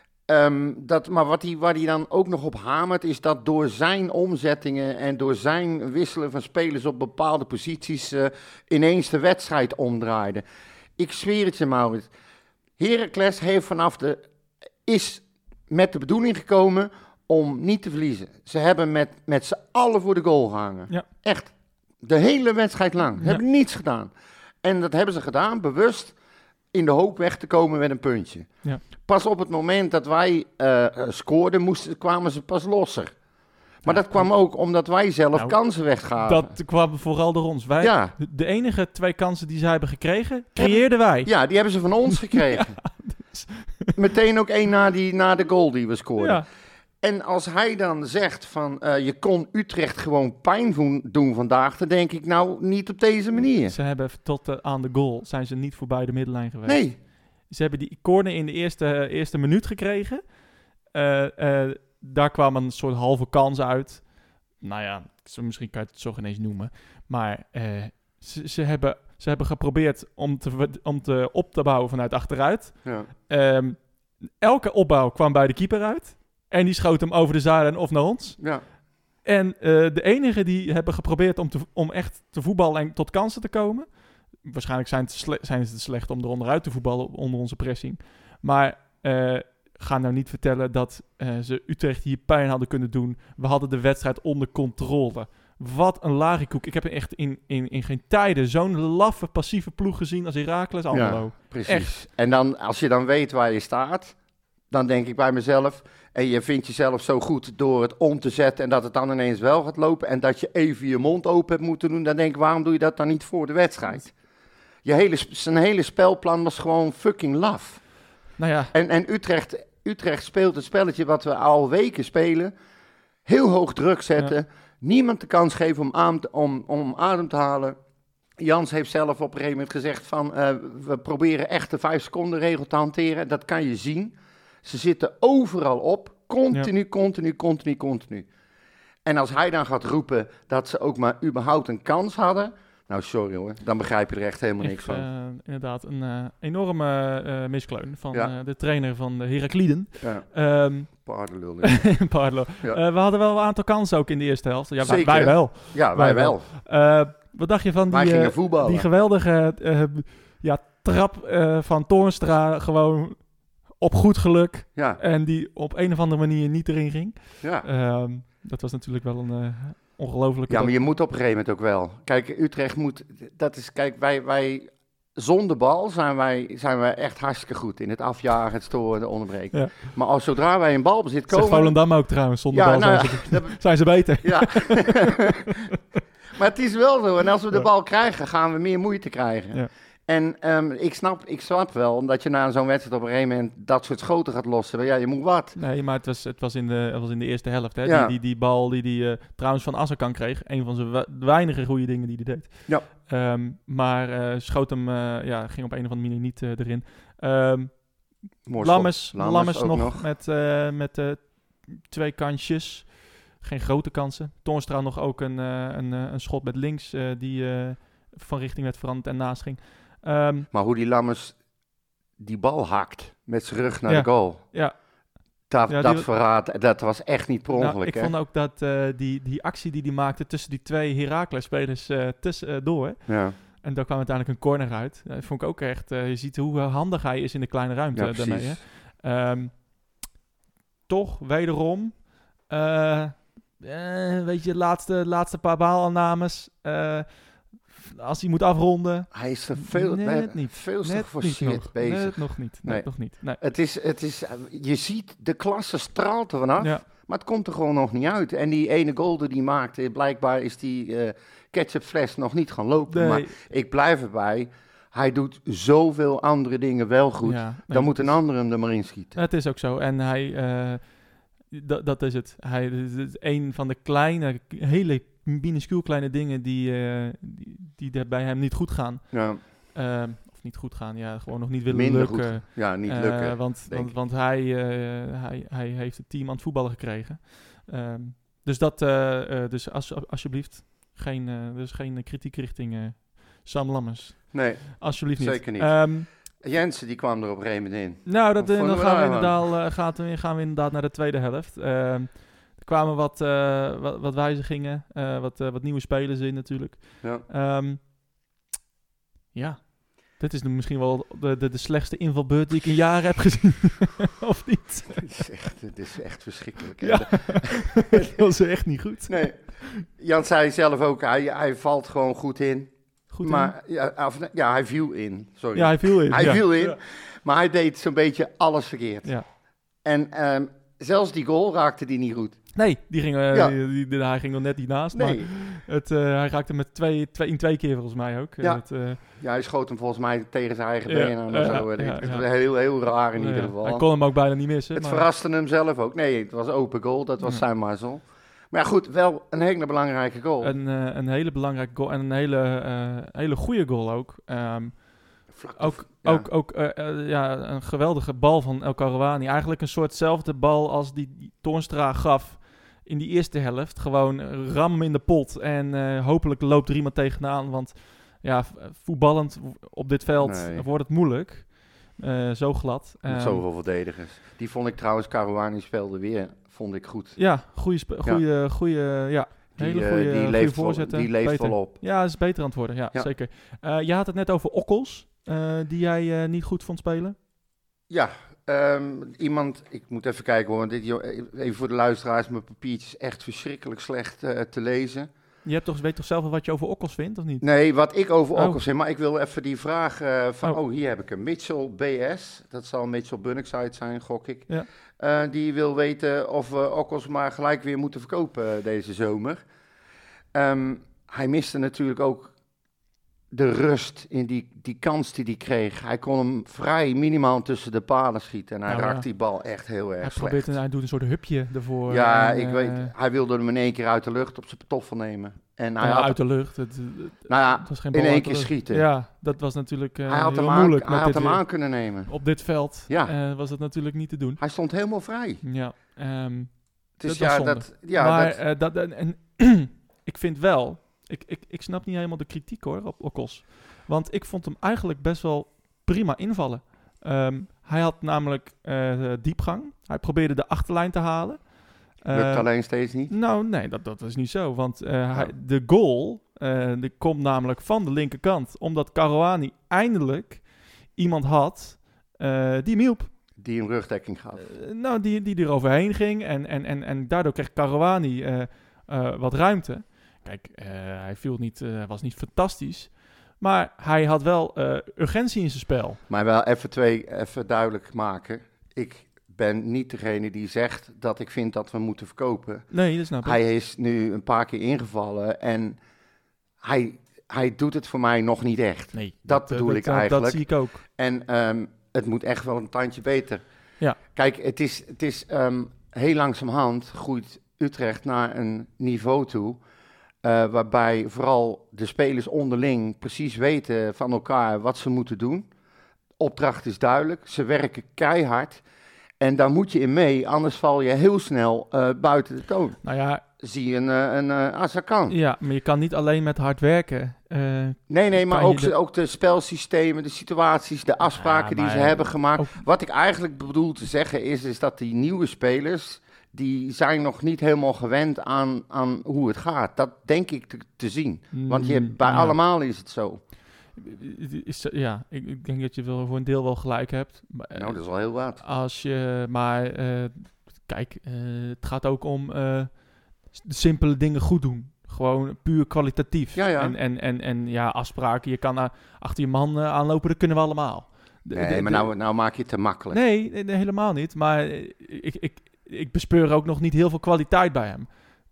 Um, dat, maar wat hij, waar hij dan ook nog op hamert, is dat door zijn omzettingen en door zijn wisselen van spelers op bepaalde posities uh, ineens de wedstrijd omdraaide. Ik zweer het je, Maurits. Heracles heeft vanaf de, is met de bedoeling gekomen om niet te verliezen. Ze hebben met, met z'n allen voor de goal gehangen. Ja. Echt. De hele wedstrijd lang. Ze ja. hebben niets gedaan. En dat hebben ze gedaan, bewust, in de hoop weg te komen met een puntje. Ja. Pas op het moment dat wij uh, scoorden, moesten, kwamen ze pas losser. Maar ja, dat kwam ook omdat wij zelf nou, kansen weggaven. Dat kwam vooral door ons. Wij, ja. De enige twee kansen die zij hebben gekregen, creëerden wij. Ja, die hebben ze van ons gekregen. Ja, dus. Meteen ook één na, die, na de goal die we scoorden. Ja. En als hij dan zegt van uh, je kon Utrecht gewoon pijn doen vandaag, dan denk ik nou niet op deze manier. Ze hebben tot uh, aan de goal zijn ze niet voorbij de middenlijn geweest. Nee. Ze hebben die corner in de eerste, uh, eerste minuut gekregen. Uh, uh, daar kwam een soort halve kans uit. Nou ja, misschien kan je het zo geen eens noemen. Maar uh, ze, ze, hebben, ze hebben geprobeerd om te, om te op te bouwen vanuit achteruit. Ja. Um, elke opbouw kwam bij de keeper uit. En die schoot hem over de zijlijn of naar ons. Ja. En uh, de enigen die hebben geprobeerd om, te, om echt te voetballen en tot kansen te komen. Waarschijnlijk zijn, te sle- zijn ze te slecht om er onderuit te voetballen onder onze pressing. Maar uh, ga nou niet vertellen dat uh, ze Utrecht hier pijn hadden kunnen doen. We hadden de wedstrijd onder controle. Wat een larikoek. Ik heb echt in, in, in geen tijden zo'n laffe, passieve ploeg gezien als Heracles Almelo. Ja, precies. Echt. En dan, als je dan weet waar je staat, dan denk ik bij mezelf, en je vindt jezelf zo goed door het om te zetten en dat het dan ineens wel gaat lopen en dat je even je mond open hebt moeten doen, dan denk ik, waarom doe je dat dan niet voor de wedstrijd? Je hele, zijn hele spelplan was gewoon fucking laf. Nou ja. En, en Utrecht Utrecht speelt het spelletje wat we al weken spelen. Heel hoog druk zetten. Ja. Niemand de kans geven om, aan te, om, om adem te halen. Jans heeft zelf op een gegeven moment gezegd van... Uh, we proberen echt de vijf seconden regel te hanteren. Dat kan je zien. Ze zitten overal op. Continu, ja. continu, continu, continu. En als hij dan gaat roepen dat ze ook maar überhaupt een kans hadden... Nou, sorry hoor, dan begrijp je er echt helemaal niks van. Uh, inderdaad, een uh, enorme uh, miskleun van ja. uh, de trainer van de Herakliden. Ja. Um, Paardenlul. Paardenlul. Ja. Uh, we hadden wel een aantal kansen ook in de eerste helft. Ja, Zeker. Wij wel. Ja, wij, wij wel. wel. Uh, wat dacht je van die, uh, die geweldige uh, ja, trap uh, van Toornstra gewoon op goed geluk. Ja. En die op een of andere manier niet erin ging. Ja. Uh, dat was natuurlijk wel een... Uh, Ongelooflijk. Ja, maar je moet op een gegeven moment ook wel. Kijk, Utrecht moet... Dat is, kijk, wij, wij zonder bal zijn wij, zijn wij echt hartstikke goed in het afjagen, het storen, het onderbreken. Ja. Maar als zodra wij een balbezit komen... Zegt Volendam ook trouwens, zonder ja, bal nou, zijn, ze, dat... zijn ze beter. Ja. Maar het is wel zo. En als we de ja. bal krijgen, gaan we meer moeite krijgen. Ja. En um, ik, snap, ik snap wel, omdat je na zo'n wedstrijd op een gegeven moment dat soort schoten gaat lossen. Ja, je moet wat. Nee, maar het was, het was, in, de, het was in de eerste helft. Hè? Ja. Die, die, die bal die hij uh, trouwens van Azarkan kreeg. Een van zijn we- weinige goede dingen die hij deed. Ja. Um, maar uh, schoot hem, uh, ja, ging op een of andere manier niet uh, erin. Um, Lammers, Lammers, Lammers nog, nog met, uh, met uh, twee kansjes. Geen grote kansen. Toornstra nog ook een, uh, een, uh, een schot met links uh, die uh, van richting werd veranderd en naast ging. Um, maar hoe die Lammers die bal hakt met zijn rug naar ja, de goal. Ja. Dat, ja, dat die, verraad, dat was echt niet per ongeluk. Nou, ik hè? vond ook dat uh, die, die actie die hij maakte tussen die twee Heracles-spelers uh, tussen, uh, door. Hè? Ja. En daar kwam uiteindelijk een corner uit. Dat vond ik ook echt... Uh, je ziet hoe handig hij is in de kleine ruimte ja, daarmee. Hè? Um, toch, wederom... Uh, uh, weet je, de laatste, laatste paar baalaannames... Uh, als hij moet afronden... Hij is er veel, net net, niet. veel te net geforceerd bezig. Net nog niet. Net nee. nog niet. Nee. Het is, het is, je ziet, de klasse straalt er vanaf, ja. maar het komt er gewoon nog niet uit. En die ene goal die hij maakte, blijkbaar is die uh, ketchupfles nog niet gaan lopen. Nee. Maar ik blijf erbij. Hij doet zoveel andere dingen wel goed. Ja, nee, dan moet een ander hem er maar in schieten. Het is ook zo. En hij... Uh, d- dat is het. Hij is een van de kleine, hele... minuscuul kleine dingen die, uh, die, die bij hem niet goed gaan. Ja. Uh, of niet goed gaan, ja, gewoon nog niet willen Minder lukken. Goed. Ja, niet lukken. Uh, want want, want hij, uh, hij, hij heeft het team aan het voetballen gekregen. Um, dus dat, uh, uh, dus als, alsjeblieft, geen, uh, dus geen kritiek richting uh, Sam Lammers. Nee, alsjeblieft niet. Zeker niet. Um, Jensen, die kwam er op een gegeven moment in. Nou, dat, uh, dan gaan we, inderdaad, uh, gaat, gaan we inderdaad naar de tweede helft. Uh, Er kwamen wat, uh, wat, wat wijzigingen, uh, wat, uh, wat nieuwe spelers in natuurlijk. Ja, um, ja. Dit is nu misschien wel de, de, de slechtste invalbeurt die ik in jaren heb gezien. Of niet? Dit is echt, dit is echt verschrikkelijk. Ja. Dat was echt niet goed. Nee. Jan zei zelf ook, hij, hij valt gewoon goed in. Goed maar, in? Ja, of, ja, hij viel in. Sorry. Ja, hij viel in. Hij ja. viel in, ja. maar hij deed zo'n beetje alles verkeerd. Ja. En um, zelfs die goal raakte die niet goed. Nee, die ging, uh, ja. die, die, hij ging er net niet naast. Nee. Maar het, uh, hij raakte met twee, twee, in twee keer volgens mij ook. Ja. Het, uh, ja, hij schoot hem volgens mij tegen zijn eigen ja, been aan. Uh, zo. ja, ja, het ja. was heel, heel raar in ja, ieder geval. Hij kon hem ook bijna niet missen. Het maar... verraste hem zelf ook. Nee, het was open goal. Dat was ja. zijn mazzel. Maar ja, goed, wel een hele belangrijke goal. Een, uh, een hele belangrijke goal en een hele, uh, hele goede goal ook. Um, ook ja. ook, ook uh, uh, ja, een geweldige bal van El Karouani. Eigenlijk een soortzelfde bal als die, die Toornstra gaf in die eerste helft. Gewoon ram in de pot en uh, hopelijk loopt er iemand tegenaan. Want ja, voetballend op dit veld nee. wordt het moeilijk. Uh, zo glad. Met um, zoveel verdedigers. Die vond ik trouwens, Karouani speelde weer, vond ik goed. Ja, goede, spe- goede, ja. goede, ja. Die, hele goede, uh, die leeft, voorzetten. Die leeft beter. wel op. Ja, is beter aan het worden, ja, ja. zeker. Uh, je had het net over Okkels, uh, die jij uh, niet goed vond spelen. Ja, um, iemand, ik moet even kijken hoor, want dit, even voor de luisteraars, mijn papiertje is echt verschrikkelijk slecht uh, te lezen. Je hebt toch, weet toch zelf wel wat je over Okkels vindt, of niet? Nee, wat ik over oh. Okkels vind, maar ik wil even die vraag uh, van, oh. oh, hier heb ik hem, Mitchell B S, dat zal Mitchell Bunningside zijn, gok ik. Ja. Uh, die wil weten of we Okkels maar gelijk weer moeten verkopen uh, deze zomer. Um, hij miste natuurlijk ook de rust in die, die kans die hij kreeg. Hij kon hem vrij minimaal tussen de palen schieten. En hij Nou, raakt ja. die bal echt heel erg Hij, slecht. probeert een, hij doet een soort hupje ervoor. Ja, en, ik eh, weet. Hij wilde hem in één keer uit de lucht op zijn patoffel nemen. En hij nou, had, uit de lucht. Het, het- nou ja, het was geen in bal één uit de keer lucht. schieten. Ja, dat was natuurlijk uh, hij had heel hem, aan, moeilijk. hij met had dit hem weer. aan kunnen nemen. Op dit veld Ja. uh, was dat natuurlijk niet te doen. Hij stond helemaal vrij. Ja, ehm, Dus dat was ja, zonde. dat, ja, maar dat, eh, dat, en, ik vind wel, ik, ik, ik snap niet helemaal de kritiek hoor op Okkels. Want ik vond hem eigenlijk best wel prima invallen. Um, hij had namelijk uh, diepgang. Hij probeerde de achterlijn te halen. lukt Uh, alleen steeds niet. Nou, nee, dat, dat is niet zo. Want uh, Oh. hij, de goal uh, die komt namelijk van de linkerkant. Omdat Caruani eindelijk iemand had uh, die hem hielp. Die een rugdekking gaf. Uh, nou, die, die er overheen ging. En, en, en, en daardoor kreeg Caruani uh, uh, wat ruimte. Kijk, uh, hij viel niet, uh, was niet fantastisch. Maar hij had wel uh, urgentie in zijn spel. Maar wel even twee, even duidelijk maken. Ik ben niet degene die zegt dat ik vind dat we moeten verkopen. Nee, dat snap ik. Hij is nu een paar keer ingevallen en hij, hij doet het voor mij nog niet echt. Nee, Dat bedoel dat, ik dat, eigenlijk. Dat zie ik ook. En um, het moet echt wel een tandje beter. Ja. Kijk, het is, het is um, heel langzamerhand groeit Utrecht naar een niveau toe. Uh, waarbij vooral de spelers onderling precies weten van elkaar wat ze moeten doen. Opdracht is duidelijk, ze werken keihard. En daar moet je in mee, anders val je heel snel uh, buiten de toon. Nou ja, zie je een, een, een Azarkan. Ja, maar je kan niet alleen met hard werken. Uh, nee, nee, maar ook, de... de, ook de spelsystemen, de situaties, de afspraken ja, die ze hebben gemaakt. Ook... Wat ik eigenlijk bedoel te zeggen is, is dat die nieuwe spelers, die zijn nog niet helemaal gewend aan, aan hoe het gaat. Dat denk ik te, te zien. Want je, bij ja. allemaal is het zo. Is, ja, ik, ik denk dat je wel voor een deel wel gelijk hebt. Maar, nou, dat is wel heel wat. Als je, maar uh, kijk, uh, het gaat ook om uh, de simpele dingen goed doen. Gewoon puur kwalitatief. Ja, ja. En, en, en, en ja, afspraken. Je kan uh, achter je man uh, aanlopen, dat kunnen we allemaal. De, nee, de, maar nou, nou maak je het te makkelijk. Nee, nee, nee helemaal niet. Maar uh, ik, ik, ik bespeur ook nog niet heel veel kwaliteit bij hem.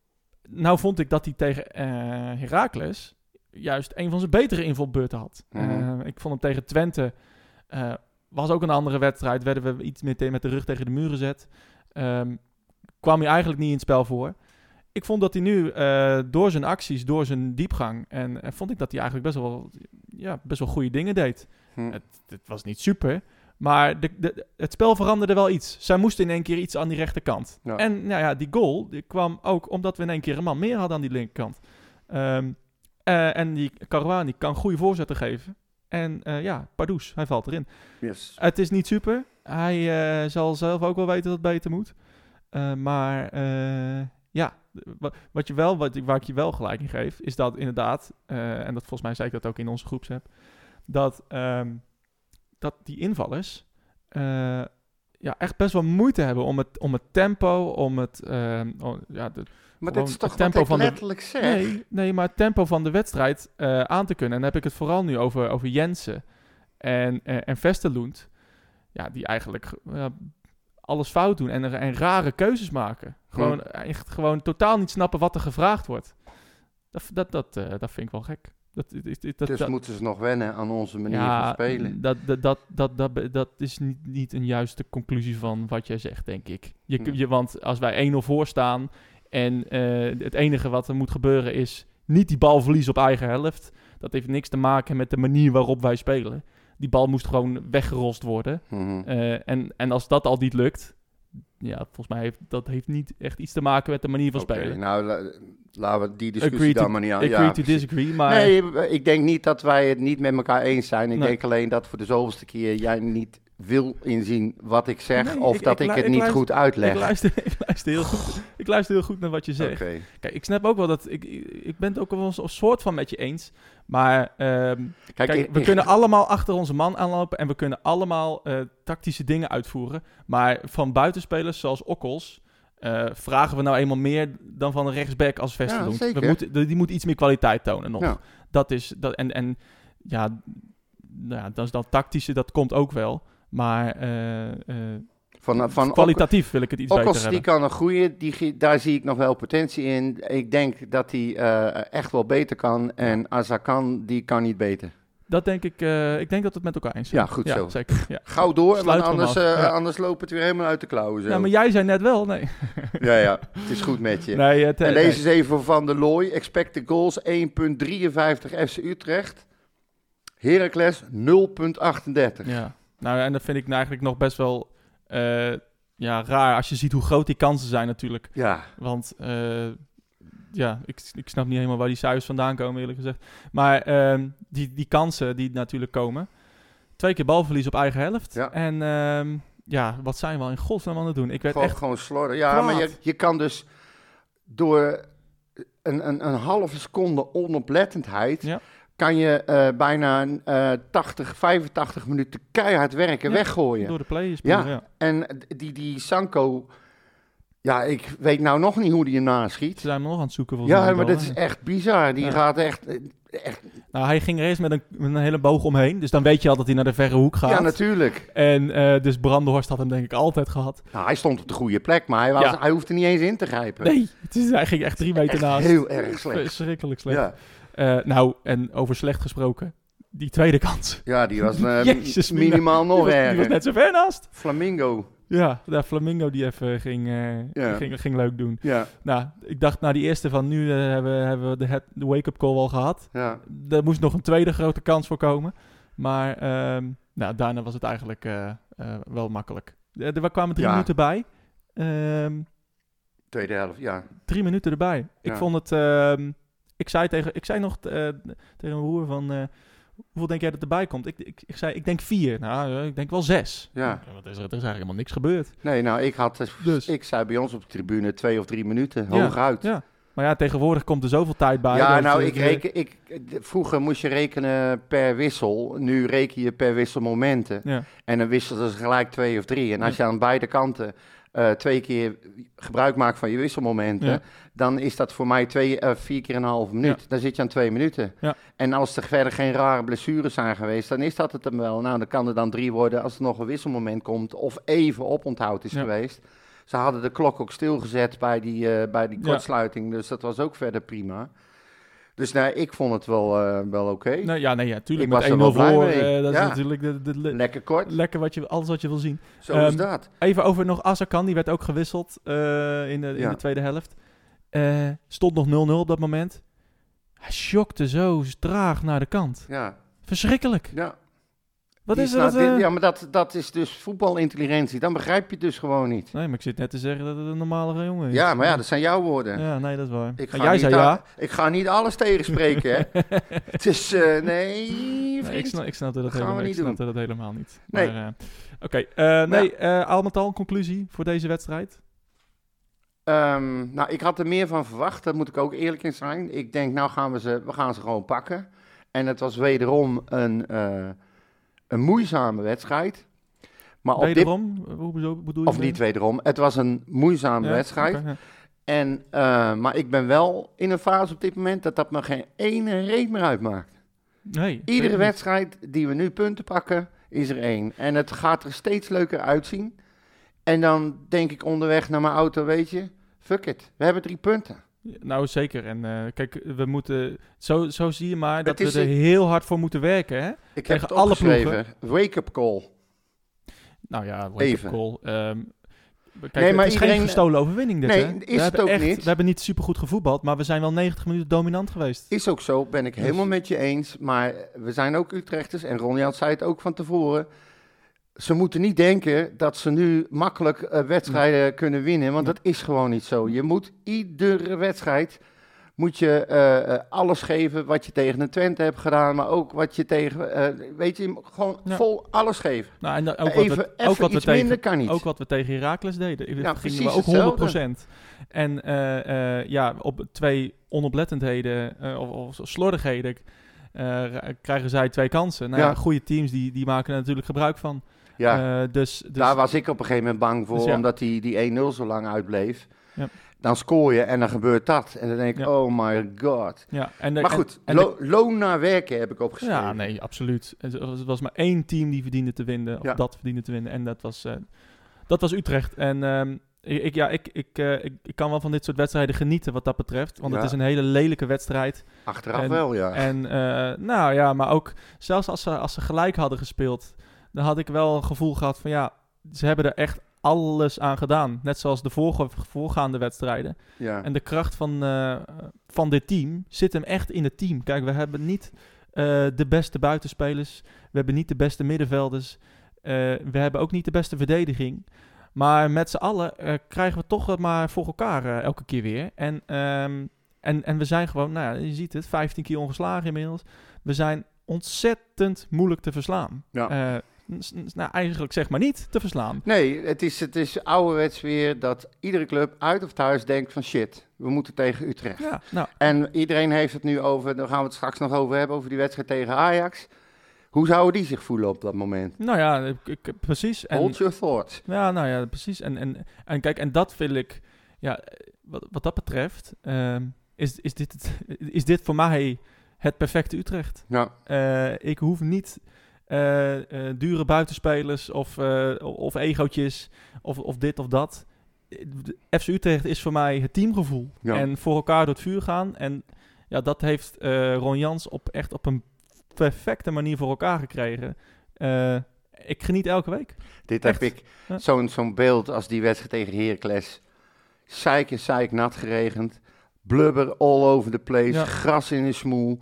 Nou vond ik dat hij tegen uh, Heracles juist een van zijn betere invalbeurten had. Mm-hmm. Uh, ik vond hem tegen Twente, uh, was ook een andere wedstrijd, werden we iets met, met de rug tegen de muur gezet. Um, kwam hij eigenlijk niet in het spel voor. Ik vond dat hij nu, uh, door zijn acties, door zijn diepgang, en, en vond ik dat hij eigenlijk best wel, ja, best wel goede dingen deed. Mm. Het, het was niet super, maar de, de, het spel veranderde wel iets. Zij moesten in één keer iets aan die rechterkant. Ja. En nou ja, die goal die kwam ook omdat we in één keer een man meer hadden aan die linkerkant. Um, Uh, en die Caruani kan goede voorzetten geven. En uh, ja, Pardoes, hij valt erin. Yes. Het is niet super. Hij uh, zal zelf ook wel weten dat het beter moet. Uh, maar uh, ja, wat je wel, wat, waar ik je wel gelijk in geef, is dat inderdaad, uh, en dat volgens mij zei ik dat ook in onze groepsapp, dat, um, dat die invallers uh, ja, echt best wel moeite hebben om het, om het tempo, om het... Uh, oh, ja, de, Maar dit is toch wat ik letterlijk de, zeg? Nee, nee, maar het tempo van de wedstrijd uh, aan te kunnen. En dan heb ik het vooral nu over, over Jensen en, uh, en Vesterloend. Ja, die eigenlijk uh, alles fout doen en, en rare keuzes maken. Gewoon, hmm. echt, gewoon totaal niet snappen wat er gevraagd wordt. Dat, dat, dat, uh, dat vind ik wel gek. Dat, dat, dat, dus dat, moeten ze nog wennen aan onze manier ja, van spelen. Dat, dat, dat, dat, dat, dat is niet, niet een juiste conclusie van wat jij zegt, denk ik. Je, hmm. je, want als wij één nul voor staan en uh, het enige wat er moet gebeuren is niet die bal verliezen op eigen helft. Dat heeft niks te maken met de manier waarop wij spelen. Die bal moest gewoon weggerost worden. Mm-hmm. Uh, en, en als dat al niet lukt, ja, volgens mij heeft dat heeft niet echt iets te maken met de manier van okay, spelen. Nou, la, laten we die discussie agree dan to, maar niet aan. Agree ja, to disagree, maar... Nee, ik denk niet dat wij het niet met elkaar eens zijn. Ik nee. denk alleen dat voor de zoveelste keer jij niet wil inzien wat ik zeg, nee, of ik, dat ik, ik, ik ik het niet luister, goed uitleg. Ik luister, ik, luister heel goed, ik luister heel goed naar wat je zegt. Okay. Kijk, ik snap ook wel dat... Ik, ik ben het ook wel een soort van met je eens. Maar um, kijk, kijk, we ik, kunnen ik, allemaal achter onze man aanlopen en we kunnen allemaal uh, tactische dingen uitvoeren. Maar van buitenspelers zoals Okkels uh, vragen we nou eenmaal meer dan van een rechtsback als Vesterloend. Ja, we moeten, die moet iets meer kwaliteit tonen nog. Ja. Dat is... Dat, en, en ja, nou ja, dat is dan tactische, dat komt ook wel. Maar... Uh, uh, Van, van Kwalitatief wil ik het iets beter Okkels, hebben. die kan een groeien, die, daar zie ik nog wel potentie in. Ik denk dat hij uh, echt wel beter kan. En Azarkan, die kan niet beter. Dat denk ik, uh, ik denk dat we het met elkaar eens zijn. Ja, goed zo. Zeker. Ja. Gauw door, Sluit want anders, hem af. uh, Ja. anders loopt het weer helemaal uit de klauwen. Zo. Ja, maar jij zei net wel, nee. Ja, ja, het is goed met je. nee het, en nee. deze is even voor Van der Looy. Expected goals één komma drieënvijftig F C Utrecht. Heracles nul komma achtendertig. Ja, nou en dat vind ik nou eigenlijk nog best wel uh, ja, raar als je ziet hoe groot die kansen zijn natuurlijk. Ja. Want uh, ja, ik, ik snap niet helemaal waar die cijfers vandaan komen eerlijk gezegd. Maar uh, die, die kansen die natuurlijk komen. Twee keer balverlies op eigen helft. Ja. En uh, ja, wat zijn we al in godsnaam aan het doen? Ik werd Gewoon, echt gewoon slorren. Ja, kwaad. maar je, je kan dus door een, een, een halve seconde onoplettendheid... Ja. kan je uh, bijna uh, tachtig, vijfentachtig minuten keihard werken, Ja, weggooien. door de play spelen, Ja, ja. en die, die Sanko... Ja, ik weet nou nog niet hoe die hem naschiet. Ze zijn hem nog aan het zoeken volgens Ja, mij. maar wel, dat hè. is echt bizar. Die Ja. gaat echt... echt Nou, hij ging er eerst met een, met een hele boog omheen. Dus dan weet je al dat hij naar de verre hoek gaat. ja, natuurlijk. En uh, dus Brandenhorst had hem denk ik altijd gehad. Nou, hij stond op de goede plek, maar hij, was, Ja. hij hoefde niet eens in te grijpen. Nee, het is, hij ging echt drie meter Echt naast. heel erg slecht. Verschrikkelijk slecht. Ja. Uh, nou, en over slecht gesproken. Die tweede kans. Ja, die was uh, Jezus, minimaal nog die was, erger. die was net zo ver naast. Flamingo. Ja, de Flamingo die even ging, uh, Ja. ging, ging leuk doen. Ja, Nou, ik dacht na die eerste van nu uh, hebben, hebben we de, het- de wake-up call al gehad. ja. Er moest nog een tweede grote kans voor komen. Maar um, nou, daarna was het eigenlijk uh, uh, wel makkelijk. Er, er kwamen drie Ja. minuten bij. Um, Tweede helft, ja. drie minuten erbij. Ik Ja. vond het... Um, ik, zei tegen, ik zei nog uh, tegen mijn broer van... Uh, hoeveel denk jij dat erbij komt? Ik, ik, ik zei, ik denk vier. Nou, uh, ik denk wel zes. Ja. Wat is er, er is eigenlijk helemaal niks gebeurd. Nee, nou, ik had... Dus. Ik zei bij ons op de tribune twee of drie minuten, Ja, hooguit. Ja. Maar ja, tegenwoordig komt er zoveel tijd bij. Ja, dat, nou, uh, ik reken, ik, vroeger moest je rekenen per wissel. Nu reken je per wisselmomenten. Ja. En dan wisselden ze gelijk twee of drie. En als je aan beide kanten uh, twee keer gebruik maakt van je wisselmomenten... Ja. dan is dat voor mij twee, uh, vier keer een halve minuut. Ja. Dan zit je aan twee minuten. Ja. En als er verder geen rare blessures zijn geweest... dan is dat het hem wel. Nou, dan kan er dan drie worden als er nog een wisselmoment komt... of even oponthoud is Ja. geweest... Ze hadden de klok ook stilgezet bij die, uh, bij die Ja. kortsluiting, dus dat was ook verder prima. Dus nou, ik vond het wel, uh, wel oké. Okay. Nee, ja, nee, ja, tuurlijk. Ik Met was er één nul wel blij voor, mee. uh, dat Ja. is natuurlijk de, de, de, Lekker kort, lekker wat je, alles wat je wil zien. zo is Um, dat. Even over nog Azarkan, die werd ook gewisseld uh, in, de, in Ja. de tweede helft. Uh, stond nog nul nul op dat moment. Hij shockte zo traag naar de kant. Ja, Verschrikkelijk. ja. Wat Die is er? nou, Dat, uh... dit, ja, maar dat, dat is dus voetbalintelligentie. Dan begrijp je het dus gewoon niet. Nee, maar ik zit net te zeggen dat het een normale jongen is. Ja, maar ja, dat zijn jouw woorden. Ja, nee, dat is waar. Ik En ga jij niet zei a- ja. Ik ga niet alles tegenspreken, hè. Het is, uh, nee, Nee, vriend. ik, snap, ik snapte dat, Dat gaan we helemaal, ik niet doen. snapte dat helemaal niet. Nee. Maar, uh, Oké, okay. uh, nee, uh, al met al een conclusie voor deze wedstrijd. Um, nou, ik had er meer van verwacht, daar moet ik ook eerlijk in zijn. Ik denk, nou gaan we ze, we gaan ze gewoon pakken. En het was wederom een, uh, een moeizame wedstrijd. Maar op Wederom? Dit... Hoe bedoel, bedoel je? Of niet wederom, het was een moeizame ja, wedstrijd. Okay, ja. En, uh, maar ik ben wel in een fase op dit moment dat dat me geen ene reet meer uitmaakt. Nee, Iedere wedstrijd die we nu punten pakken, is er één. En het gaat er steeds leuker uitzien. En dan denk ik onderweg naar mijn auto, weet je, fuck it, we hebben drie punten. Nou, zeker. En uh, kijk, we moeten, zo, zo zie je maar dat het we er een... heel hard voor moeten werken. Hè? Ik Tegen heb het alle opgeschreven, wake-up call. Nou ja, wake-up Even. call. Um, kijk, nee, het maar is iedereen... geen gestolen overwinning dit, nee, hè? is we het ook echt, niet. We hebben niet supergoed gevoetbald, maar we zijn wel negentig minuten dominant geweest. Is ook zo, ben ik Dus. helemaal met je eens. Maar we zijn ook Utrechters, en Ronnie had zei het ook van tevoren. Ze moeten niet denken dat ze nu makkelijk uh, wedstrijden nee. kunnen winnen, want nee. dat is gewoon niet zo. Je moet iedere wedstrijd moet je uh, uh, alles geven wat je tegen de Twente hebt gedaan, maar ook wat je tegen, uh, weet je, gewoon ja. vol alles geven. Nou, en dan ook even, wat we, even ook wat iets we tegen, minder kan niet. Ook wat we tegen Heracles deden. Ja, dat precies gingen we ook hetzelfde. honderd procent. En uh, uh, ja, op twee onoplettendheden uh, of, of slordigheden uh, krijgen zij twee kansen. Nou ja, ja goede teams die, die maken er natuurlijk gebruik van. Ja, uh, dus, dus, daar was ik op een gegeven moment bang voor, dus ja. omdat die, die één nul zo lang uitbleef. Ja. Dan scoor je en dan gebeurt dat. En dan denk ik, ja. oh my god. Ja, en de, maar goed, en, en lo- de, loon naar werken heb ik opgeschreven. Ja, nee, absoluut. Het was maar één team die verdiende te winnen, of ja. dat verdiende te winnen. En dat was, uh, dat was Utrecht. En um, ik, ik, ja, ik, ik, uh, ik, ik kan wel van dit soort wedstrijden genieten wat dat betreft. Want ja. het is een hele lelijke wedstrijd. Achteraf en, wel, ja. En uh, nou ja, maar ook zelfs als ze, als ze gelijk hadden gespeeld, dan had ik wel een gevoel gehad van ja, ze hebben er echt alles aan gedaan. Net zoals de vorige, voorgaande wedstrijden. Ja. En de kracht van, uh, van dit team zit hem echt in het team. Kijk, we hebben niet uh, de beste buitenspelers. We hebben niet de beste middenvelders. Uh, we hebben ook niet de beste verdediging. Maar met z'n allen uh, krijgen we toch wat maar voor elkaar uh, elke keer weer. En, um, en, en we zijn gewoon, nou ja, je ziet het, vijftien keer ongeslagen inmiddels. We zijn ontzettend moeilijk te verslaan. Ja. Uh, Nou, eigenlijk zeg maar niet te verslaan. Nee, het is, het is ouderwets weer dat iedere club uit of thuis denkt van shit, we moeten tegen Utrecht. Ja, nou. En iedereen heeft het nu over, daar gaan we het straks nog over hebben, over die wedstrijd tegen Ajax. Hoe zouden die zich voelen op dat moment? Nou ja, ik, ik, precies. En, Hold your thoughts. Ja, nou ja, precies. En, en, en kijk, en dat vind ik, ja, wat, wat dat betreft, uh, is, is, dit het, is dit voor mij het perfecte Utrecht. Ja. Uh, ik hoef niet... Uh, uh, dure buitenspelers of, uh, of egootjes of, of dit of dat. F C Utrecht is voor mij het teamgevoel. Ja. En voor elkaar door het vuur gaan. En ja, dat heeft uh, Ron Jans op, echt op een perfecte manier voor elkaar gekregen. Uh, ik geniet elke week. Dit echt. heb ik, ja. zo'n, zo'n beeld als die wedstrijd tegen Heracles. Zeik en zeik nat geregend. Blubber all over the place. Ja. Gras in de smoel.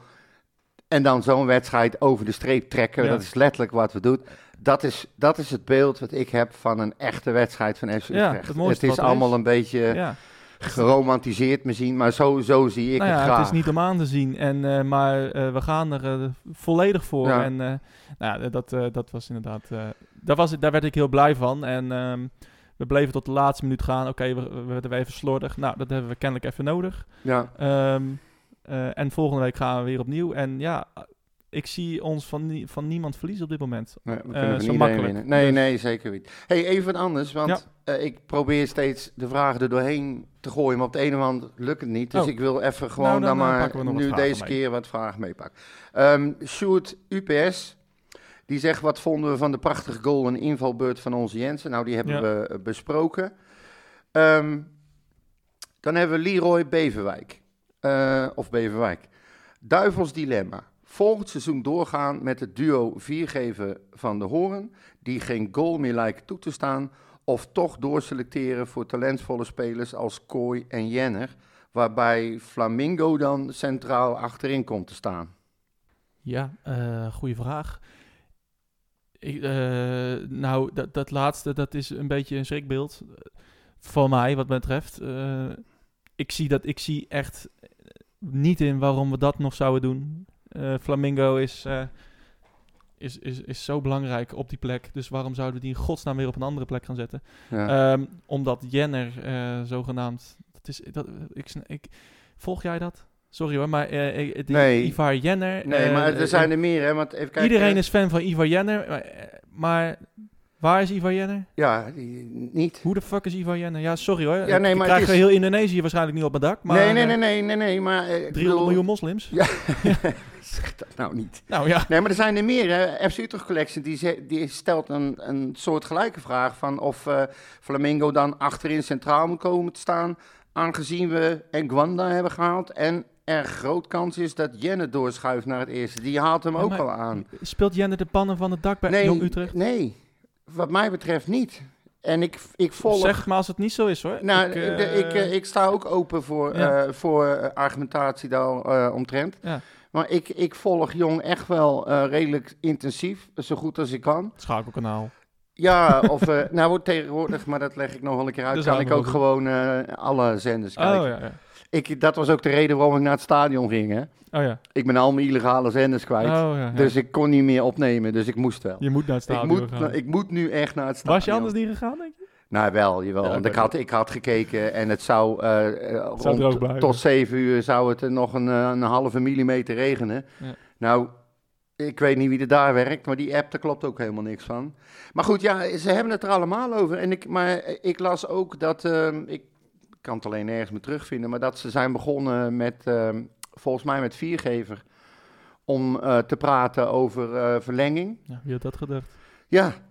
En dan zo'n wedstrijd over de streep trekken, ja. dat is letterlijk wat we doen. Dat is, dat is het beeld wat ik heb van een echte wedstrijd van F C Utrecht. Ja, het, het is allemaal is. een beetje ja. geromantiseerd misschien, maar zo, zo zie ik nou het ja, graag. Het is niet om aan te zien, en, uh, maar uh, we gaan er uh, volledig voor. Ja. En uh, nou ja, dat, uh, dat was inderdaad, uh, daar, was, daar werd ik heel blij van. En um, we bleven tot de laatste minuut gaan. Oké, okay, we, we werden even slordig. Nou, dat hebben we kennelijk even nodig. Ja. Um, Uh, en volgende week gaan we weer opnieuw. En ja, ik zie ons van, nie- van niemand verliezen op dit moment. Nee, we kunnen uh, zo makkelijk winnen. Nee, dus. nee, zeker niet. Hey, even wat anders, want ja. uh, ik probeer steeds de vragen er doorheen te gooien, maar op de ene hand lukt het niet. Dus oh. ik wil even gewoon nou, dan, dan maar nu deze mee. keer wat vragen meepakken. Um, Sjoerd U P S, die zegt, wat vonden we van de prachtige goal en invalbeurt van onze Jensen? Nou, die hebben ja. we uh, besproken. Um, dan hebben we Leroy Beverwijk. Uh, of Beverwijk. Duivels dilemma. Volgend seizoen doorgaan met het duo Viergever van de Hoorn, die geen goal meer lijken toe te staan, of toch doorselecteren voor talentvolle spelers als Kooi en Jenner, waarbij Flamingo dan centraal achterin komt te staan. Ja, uh, goede vraag. Ik, uh, nou, dat, dat laatste, dat is een beetje een schrikbeeld voor mij, wat mij betreft. Uh, ik zie dat, ik zie echt niet in waarom we dat nog zouden doen. Uh, Flamingo is, uh, is, is, is zo belangrijk op die plek. Dus waarom zouden we die in godsnaam weer op een andere plek gaan zetten? Ja. Um, omdat Jenner uh, zogenaamd... Dat is, dat, ik, ik, volg jij dat? Sorry hoor, maar uh, die, nee. Ivar Jenner... Nee, uh, maar er zijn er meer, hè? Want even kijken, iedereen is fan van Ivar Jenner, maar... maar waar is Ivar Jenner? Ja, die, niet. Hoe de fuck is Ivar Jenner? Ja, sorry hoor. Ja, nee, ik maar krijg is... heel Indonesië waarschijnlijk nu op mijn dak. Maar, nee, nee, nee, nee, nee, nee, maar... Uh, driehonderd bedoel... miljoen moslims? Ja, zeg dat nou niet. Nou ja. Nee, maar er zijn er meer, hè. F C Utrecht Collection, die, ze, die stelt een, een soort gelijke vraag van of uh, Flamingo dan achterin centraal moet komen te staan, aangezien we Ngwanda hebben gehaald en er groot kans is dat Jenner doorschuift naar het eerste. Die haalt hem ja, ook al aan. Speelt Jenner de pannen van het dak bij nee, Jong Utrecht? Nee, wat mij betreft niet. En ik, ik volg... Zeg maar als het niet zo is hoor. Nou, ik, uh... de, ik, uh, ik sta ook open voor, ja. uh, voor uh, argumentatie daar uh, omtrent. Ja. Maar ik, ik volg Jong echt wel uh, redelijk intensief, zo goed als ik kan. Schakelkanaal. Ja, of uh, nou tegenwoordig, maar dat leg ik nog wel een keer uit, dus kan ik ook doen. gewoon uh, alle zenders kijken. Oh, ja, ja. Ik, dat was ook de reden waarom ik naar het stadion ging, hè. Oh ja. Ik ben al mijn illegale zenders kwijt, oh, ja, ja. dus ik kon niet meer opnemen, dus ik moest wel. Je moet naar het stadion ik moet, gaan. Ik moet nu echt naar het stadion. Was je anders niet gegaan, denk je? Nou, wel, jawel. Ja, want ik had, ik had gekeken en het zou, uh, het zou rond tot zeven uur zou het nog een, een halve millimeter regenen. Ja. Nou, ik weet niet wie er daar werkt, maar die app, daar klopt ook helemaal niks van. Maar goed, ja, ze hebben het er allemaal over. En ik, maar ik las ook dat, uh, ik kan het alleen nergens meer terugvinden, maar dat ze zijn begonnen met, uh, volgens mij met Viergever, om uh, te praten over uh, verlenging. Ja, wie had dat gedacht? Ja,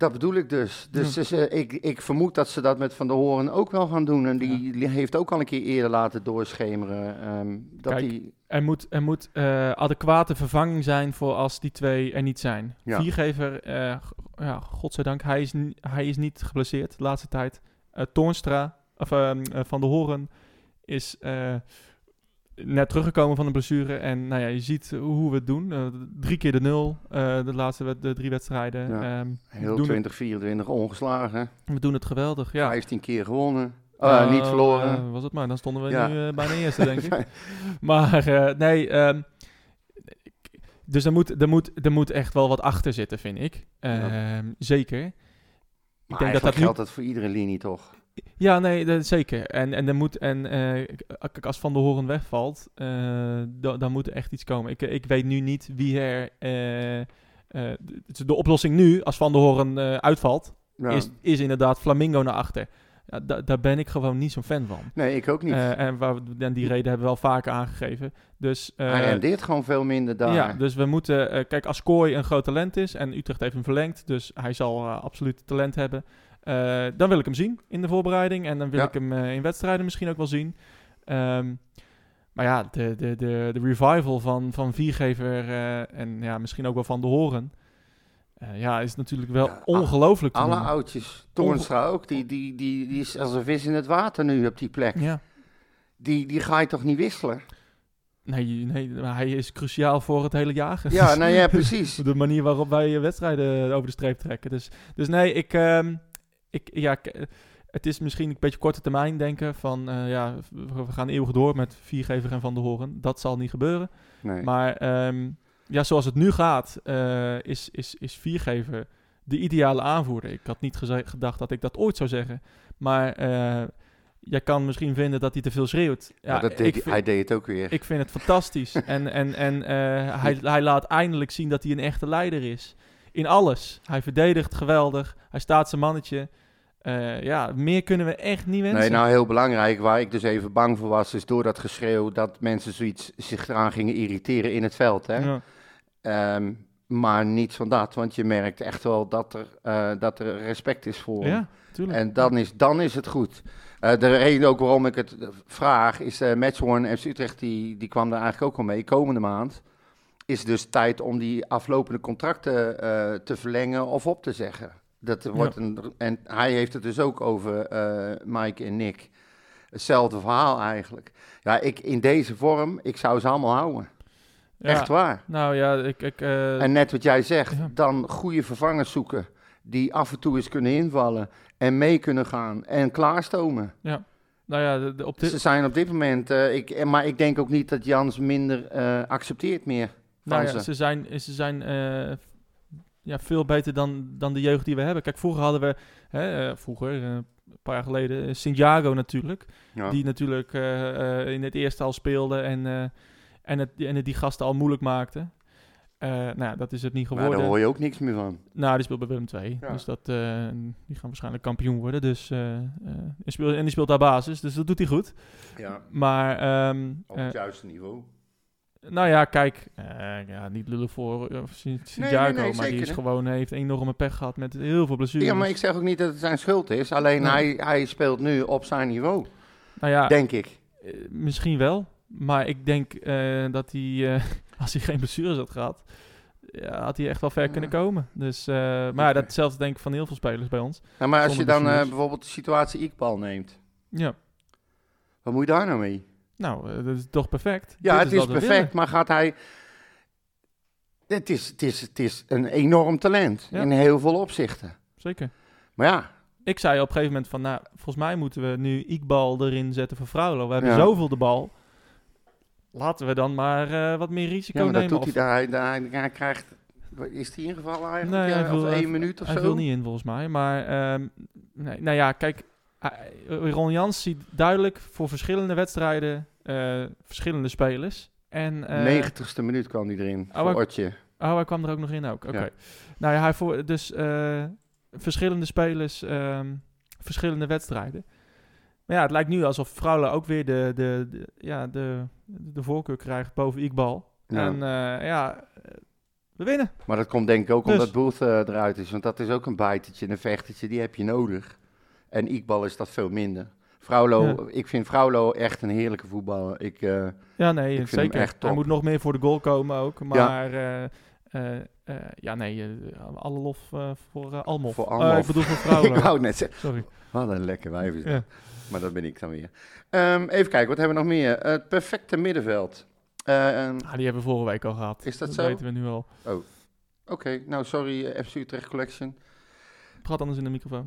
Dat bedoel ik dus. Dus Ja. ze, ik, ik vermoed dat ze dat met Van der Hoorn ook wel gaan doen. En die, die heeft ook al een keer eerder laten doorschemeren. Um, dat Kijk, die, Er moet, er moet uh, adequate vervanging zijn voor als die twee er niet zijn. Ja. Viergever, uh, g- ja, godzijdank, hij is, n- hij is niet geblesseerd de laatste tijd. Uh, Toornstra, of uh, uh, Van der Hoorn, is uh, net teruggekomen van de blessure. En nou ja, je ziet hoe we het doen. Uh, drie keer de nul, uh, de laatste wed- de drie wedstrijden. Ja. Um, heel doen twintig vierentwintig ongeslagen. We doen het geweldig, ja. vijftien keer gewonnen. Uh, Uh, niet verloren. uh, was het maar, dan stonden we Ja. nu uh, bijna eerste, denk ik. Maar uh, nee, um, dus er moet, er, moet, er moet echt wel wat achter zitten, vind ik. Uh, Ja. Zeker. Ik Maar denk dat dat nu... geldt dat voor iedere linie toch? Ja, nee, dat, zeker. En, en er moet, en uh, k- als Van der Hoorn wegvalt, uh, da, dan moet er echt iets komen. Ik, ik weet nu niet wie er... Uh, uh, de, de oplossing nu, als Van der Hoorn uh, uitvalt, Ja. is, is inderdaad Flamingo naar achter. Ja, da, daar ben ik gewoon niet zo'n fan van. Nee, ik ook niet. Uh, en, waar, en die reden hebben we wel vaker aangegeven. Dus, uh, Hij rendeert gewoon veel minder daar. ja, dus we moeten... Uh, kijk, als Kooi een groot talent is... en Utrecht heeft hem verlengd... dus hij zal uh, absoluut talent hebben... Uh, dan wil ik hem zien in de voorbereiding... en dan wil Ja. ik hem uh, in wedstrijden misschien ook wel zien. Um, maar ja, de, de, de, de revival van, van Viergever... Uh, en ja, misschien ook wel van de Horen... Uh, ja, is natuurlijk wel Ja, ongelooflijk te Alle noemen. oudjes. Toornstra ook. Die, die, die, die is als een vis in het water nu op die plek. Ja. Die, die ga je toch niet wisselen? Nee, nee, maar hij is cruciaal voor het hele jaar. Ja, nou ja, precies. De manier waarop wij wedstrijden over de streep trekken. Dus, dus nee, ik, um, ik, ja, k- het is misschien een beetje korte termijn denken van, uh, ja, we we gaan eeuwig door met Viergever en Van der Hoorn. Dat zal niet gebeuren. Nee. Maar um, ja, zoals het nu gaat, uh, is, is, is Viergever de ideale aanvoerder. Ik had niet geze- gedacht dat ik dat ooit zou zeggen. Maar uh, jij kan misschien vinden dat hij te veel schreeuwt. Ja, Ja, dat deed, ik hij- vind- hij deed het ook weer. ik vind het fantastisch. en en, en uh, hij, hij laat eindelijk zien dat hij een echte leider is. In alles. Hij verdedigt geweldig. Hij staat zijn mannetje. Uh, ja, meer kunnen we echt niet wensen. Nee, nou heel belangrijk, waar ik dus even bang voor was, is door dat geschreeuw dat mensen zoiets zich eraan gingen irriteren in het veld. Hè? Ja. Um, maar niets van dat, want je merkt echt wel dat er, uh, dat er respect is voor hem. Ja, tuurlijk. En dan is, dan is het goed. Uh, de reden ook waarom ik het vraag, is uh, Matchworn F C Utrecht, die, die kwam daar eigenlijk ook al mee, komende maand. Is dus tijd om die aflopende contracten uh, te verlengen of op te zeggen. Dat wordt Ja. een, en hij heeft het dus ook over uh, Mike en Nick. Hetzelfde verhaal eigenlijk. Ja, ik, in deze vorm, ik zou ze allemaal houden. Ja, Echt waar. Nou ja, ik... ik uh, En net wat jij zegt, ja. dan goede vervangers zoeken die af en toe eens kunnen invallen en mee kunnen gaan en klaarstomen. Ja. Nou ja, de, de, op dit... Ze zijn op dit moment, uh, ik, maar ik denk ook niet dat Jans minder uh, accepteert meer van Nou ja, ze. ze zijn, ze zijn uh, ja, veel beter dan, dan de jeugd die we hebben. Kijk, vroeger hadden we, hè, uh, vroeger, uh, een paar jaar geleden, uh, Santiago natuurlijk. Ja. Die natuurlijk uh, uh, in het eerste al speelde en, uh, en, het, en het die gasten al moeilijk maakte. Uh, nou ja, dat is het niet geworden. Maar daar hoor je ook niks meer van. Nou, die speelt bij Willem twee. Ja. Dus dat, uh, die gaan waarschijnlijk kampioen worden. Dus, uh, uh, en, speelt, en die speelt daar basis, dus dat doet hij goed. Ja, Maar... Um, op het uh, juiste niveau. Nou ja, kijk, uh, ja, niet lullen voor uh, Santiago, nee, nee, maar zeker, die is hè? gewoon, heeft enorme pech gehad met heel veel blessures. Ja, maar ik zeg ook niet dat het zijn schuld is. Alleen Nee. hij, hij speelt nu op zijn niveau, nou ja, denk ik. uh, misschien wel. Maar ik denk uh, dat hij, uh, als hij geen blessures had gehad, ja, had hij echt wel ver Ja. kunnen komen. Dus, uh, maar ja, Oké. datzelfde denk ik van heel veel spelers bij ons. Nou, maar als je Zonder dan uh, blessures. bijvoorbeeld de situatie Iqbal neemt, Ja, wat moet je daar nou mee? nou, uh, dat is toch perfect? Ja, Dit het is wat we perfect, willen. maar gaat hij... Het is, het is, het is een enorm talent, Ja. in heel veel opzichten. Zeker. Maar ja, Ik zei op een gegeven moment van, nou, volgens mij moeten we nu Iqbal erin zetten voor Fraulo. We hebben Ja. zoveel de bal. Laten we dan maar uh, wat meer risico ja maar dat nemen. doet Of- hij, daar, hij, daar, hij, hij krijgt... Is hij ingevallen eigenlijk? Nee, Ja, hij viel- of één hij- minuut of hij zo? viel niet in volgens mij. Maar ehm, nee, nou ja, kijk, hij- Ron Jans ziet duidelijk voor verschillende wedstrijden uh, verschillende spelers. En, uh, negentigste minuut kwam hij erin, Oh, voor hij- Otje. Oh, hij kwam er ook nog in ook. Oké. Ja. Nou ja, hij voor dus uh, verschillende spelers, um, verschillende wedstrijden. Maar ja, het lijkt nu alsof Fraulo ook weer de, de, de, ja, de, de voorkeur krijgt boven Iqbal. Ja. En uh, ja, We winnen. Maar dat komt denk ik ook Dus. omdat Booth uh, eruit is. Want dat is ook een bijtertje, een vechtertje, die heb je nodig. En Iqbal is dat veel minder. Fraulo, Ja. ik vind Fraulo echt een heerlijke voetballer. Ik, uh, Ja, nee, ik vind zeker. hem echt top. Hij moet nog meer voor de goal komen ook. Maar ja, uh, uh, uh, ja nee, uh, alle lof uh, voor uh, Almof. Voor Almof. Uh, ik bedoel voor Fraulo. Ik wou het net zeggen. Sorry. Wat een lekker wijf is dat. Ja. Maar dat ben ik dan weer. Um, even kijken, wat hebben we nog meer? Uh, het perfecte middenveld. Uh, um, ah, die hebben we vorige week al gehad. Is dat, dat zo? weten we nu al. Oh, oké. Okay. Nou, sorry, uh, F C Utrecht Collection. Praat anders in de microfoon.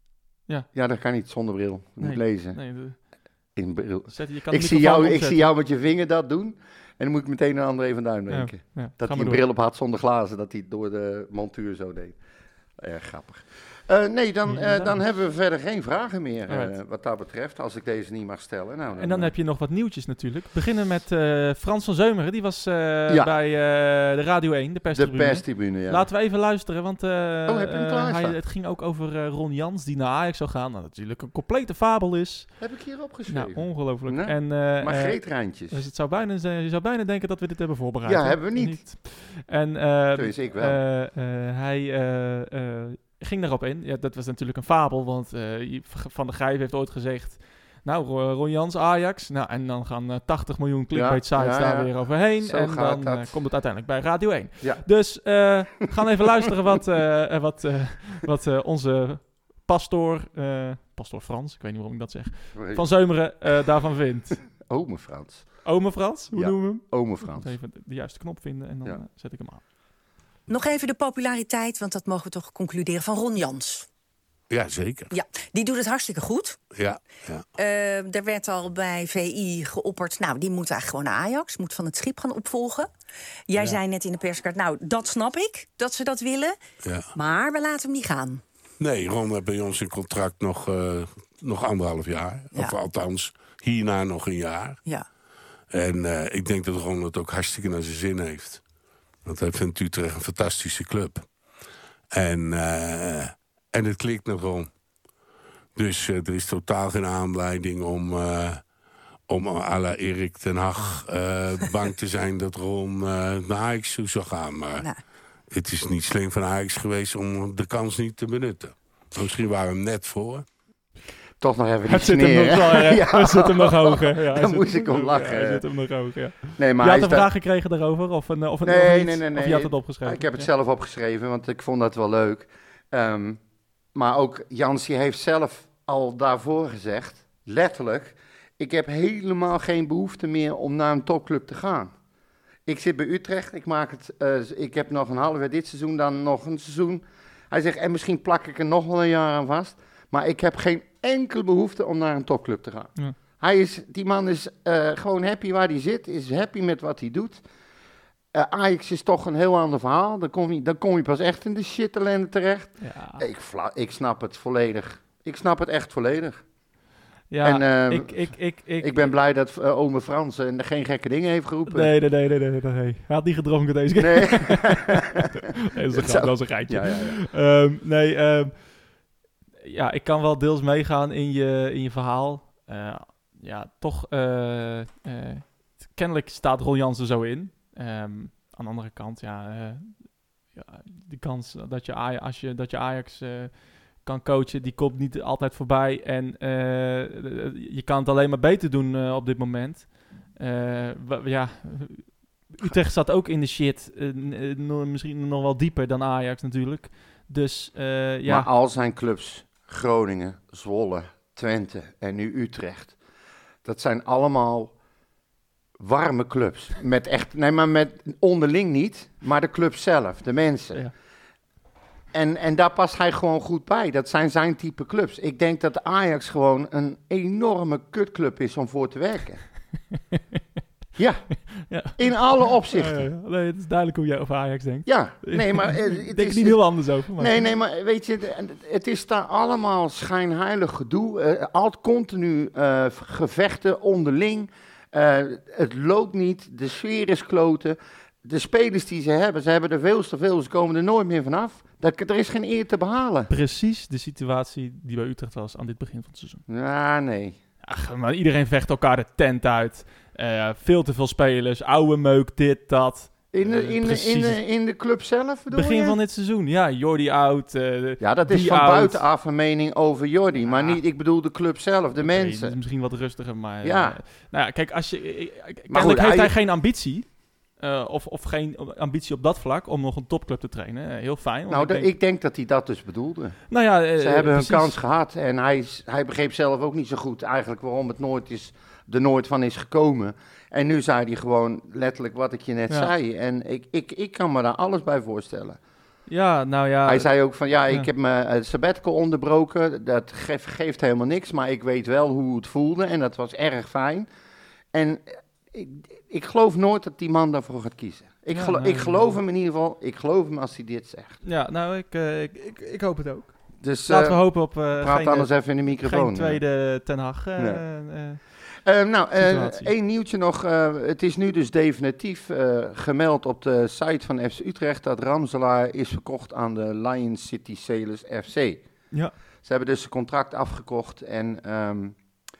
Ja, ja dat kan niet zonder bril. Je nee, moet lezen. Nee, de... In bril. Zet, je kan ik, zie jou, ik zie jou met je vinger dat doen. En dan moet ik meteen aan André van Duin denken. Ja, ja, dat hij een door. bril op had zonder glazen. Dat hij het door de montuur zo deed. Erg grappig. Uh, nee, dan, uh, dan hebben we verder geen vragen meer uh, wat dat betreft. Als ik deze niet mag stellen. Nou, dan, en dan uh, heb je nog wat nieuwtjes natuurlijk. We beginnen met uh, Frans van Zeumeren. Die was uh, ja. bij uh, de Radio één, de perstribune. De perstribune, ja. Laten we even luisteren, want uh, oh, heb je hem klaar uh, hij, het ging ook over uh, Ron Jans die naar Ajax zou gaan. Nou, dat natuurlijk een complete fabel is. Heb ik hier opgeschreven. Nou, ongelooflijk. Nee? En, uh, maar uh, greetrijntjes. Dus het zou bijna, je zou bijna denken dat we dit hebben voorbereid. Ja, hè? hebben we niet. niet. En uh, dus ik wel. Uh, uh, hij... Uh, uh, ging daarop in. Ja, dat was natuurlijk een fabel, want uh, Van der Gijp heeft ooit gezegd... Nou, Ron Jans, Ajax. Nou, en dan gaan uh, tachtig miljoen clickbait sites ja, ja, daar ja. weer overheen. Zo en dan uh, komt het uiteindelijk bij Radio één. Ja. Dus uh, we gaan even luisteren wat, uh, wat, uh, wat uh, onze pastoor... Uh, pastoor Frans, ik weet niet waarom ik dat zeg... Nee. Van Zeumeren uh, daarvan vindt. Ome Frans. Ome Frans? Hoe ja. noemen we hem? Ome Frans. Even de juiste knop vinden en dan ja. uh, zet ik hem aan. Nog even de populariteit, want dat mogen we toch concluderen, van Ron Jans. Ja, zeker. Ja, die doet het hartstikke goed. Ja, ja. Uh, er werd al bij V I geopperd, nou, die moet eigenlijk gewoon naar Ajax. Moet van het schip gaan opvolgen. Jij ja. zei net in de perskaart, nou, dat snap ik, dat ze dat willen. Ja. Maar we laten hem niet gaan. Nee, Ron heeft bij ons een contract nog, uh, nog anderhalf jaar. Ja. Of althans, hierna nog een jaar. Ja. En uh, ik denk dat Ron het ook hartstikke naar zijn zin heeft. Want hij vindt Utrecht een fantastische club. En, uh, en het klikt met Ron. Dus uh, er is totaal geen aanleiding om, uh, om à la Erik ten Hag uh, bang te zijn dat Ron uh, naar Ajax toe zou gaan. Maar nou. Het is niet slim van Ajax geweest om de kans niet te benutten. Misschien waren we hem net voor. Toch nog even die het zit hem nog lager, ja. Het zit hem nog hoger. Ja, dan moest ik om lachen. Ja, hij zit hem nog hoger, ja. Nee, maar je had een vraag da- gekregen daarover? Of, een, of, een, nee, of, nee, iets, nee, nee. of je had het opgeschreven? Ik heb het ja. zelf opgeschreven, want ik vond dat wel leuk. Um, maar ook Jans heeft zelf al daarvoor gezegd, letterlijk... ik heb helemaal geen behoefte meer om naar een topclub te gaan. Ik zit bij Utrecht, ik, maak het, uh, ik heb nog een half jaar dit seizoen, dan nog een seizoen. Hij zegt, en misschien plak ik er nog wel een jaar aan vast... maar ik heb geen enkele behoefte om naar een topclub te gaan. Ja. Hij is, die man is uh, gewoon happy waar hij zit, is happy met wat hij doet. Uh, Ajax is toch een heel ander verhaal. Dan kom je, dan kom je pas echt in de shit ellende terecht. Ja. Ik, vla, ik snap het volledig. Ik snap het echt volledig. Ja, en, uh, ik, ik, ik, ik, ik ben blij dat uh, ome Frans uh, geen gekke dingen heeft geroepen. Nee, nee, nee, nee, nee, nee. Hij had niet gedronken deze keer. Nee, nee dat, is een, dat is een geitje. Ja, ja, ja. Um, nee, um, ja, ik kan wel deels meegaan in je, in je verhaal. Uh, ja, toch, uh, uh, kennelijk staat Ron Jans er zo in. Um, aan de andere kant, ja, uh, ja die kans dat je, Aj- als je, dat je Ajax uh, kan coachen, die komt niet altijd voorbij. En uh, je kan het alleen maar beter doen uh, op dit moment. Uh, w- ja, Utrecht staat ook in de shit. Uh, uh, misschien nog wel dieper dan Ajax natuurlijk. Dus, uh, ja. Maar al zijn clubs... Groningen, Zwolle, Twente en nu Utrecht. Dat zijn allemaal warme clubs. Met echt, nee, maar met onderling niet, maar de club zelf, de mensen. Ja. En, en daar past hij gewoon goed bij. Dat zijn zijn type clubs. Ik denk dat Ajax gewoon een enorme kutclub is om voor te werken. Ja, ja, in alle opzichten. Ja, ja, ja. Nee, het is duidelijk hoe jij over Ajax denkt. Ja, nee, maar... Het ik denk is, niet heel anders over. Maar. Nee, nee, maar weet je, het is daar allemaal schijnheilig gedoe. Uh, altijd continu uh, gevechten onderling. Uh, het loopt niet, de sfeer is kloten. De spelers die ze hebben, ze hebben er veel te veel, ze komen er nooit meer vanaf. Er is geen eer te behalen. Precies de situatie die bij Utrecht was aan dit begin van het seizoen. Ja, nee. Ach, maar iedereen vecht elkaar de tent uit. Uh, veel te veel spelers, oude meuk, dit, dat. In de, Uh, in, de, precies. in, de, in de club zelf, bedoel Begin je? van dit seizoen, ja. Jordi oud. Uh, Ja, dat is die van oud. buitenaf een mening over Jordi. Maar Ja. niet, ik bedoel de club zelf, de Oké, mensen. dat is misschien wat rustiger, maar... Ja. Uh, nou ja, kijk, als je... Uh, kennelijk goed, heeft hij- hij geen ambitie... Uh, of, of geen ambitie op dat vlak om nog een topclub te trainen. Uh, heel fijn. want Nou, ik de- denk, ik denk dat hij dat dus bedoelde. nou ja, uh, Ze hebben precies. hun kans gehad en hij, is- hij begreep zelf ook niet zo goed eigenlijk waarom het nooit is, er nooit van is gekomen. En nu zei hij gewoon letterlijk wat ik je net Ja. zei. En ik, ik, ik kan me daar alles bij voorstellen. Ja, nou ja... Hij zei ook van ja, ik ja. heb mijn uh, sabbatical onderbroken. Dat geeft, geeft helemaal niks, maar ik weet wel hoe het voelde en dat was erg fijn. En ik, ik geloof nooit dat die man daarvoor gaat kiezen. Ik, Ja, gelo- nee, ik geloof nee. hem in ieder geval, ik geloof hem als hij dit zegt. Ja, nou, ik, uh, ik, ik, ik hoop het ook. Dus Laten uh, we hopen op uh, praat geen, anders uh, even in de microfoon. geen tweede Ten Hag. Uh, Nee. uh, Uh, nou, uh, situatie. één nieuwtje nog. Uh, het is nu dus definitief uh, gemeld op de site van F C Utrecht dat Ramselaar is verkocht aan de Lion City Sailors F C. Ja. Ze hebben dus een contract afgekocht en um,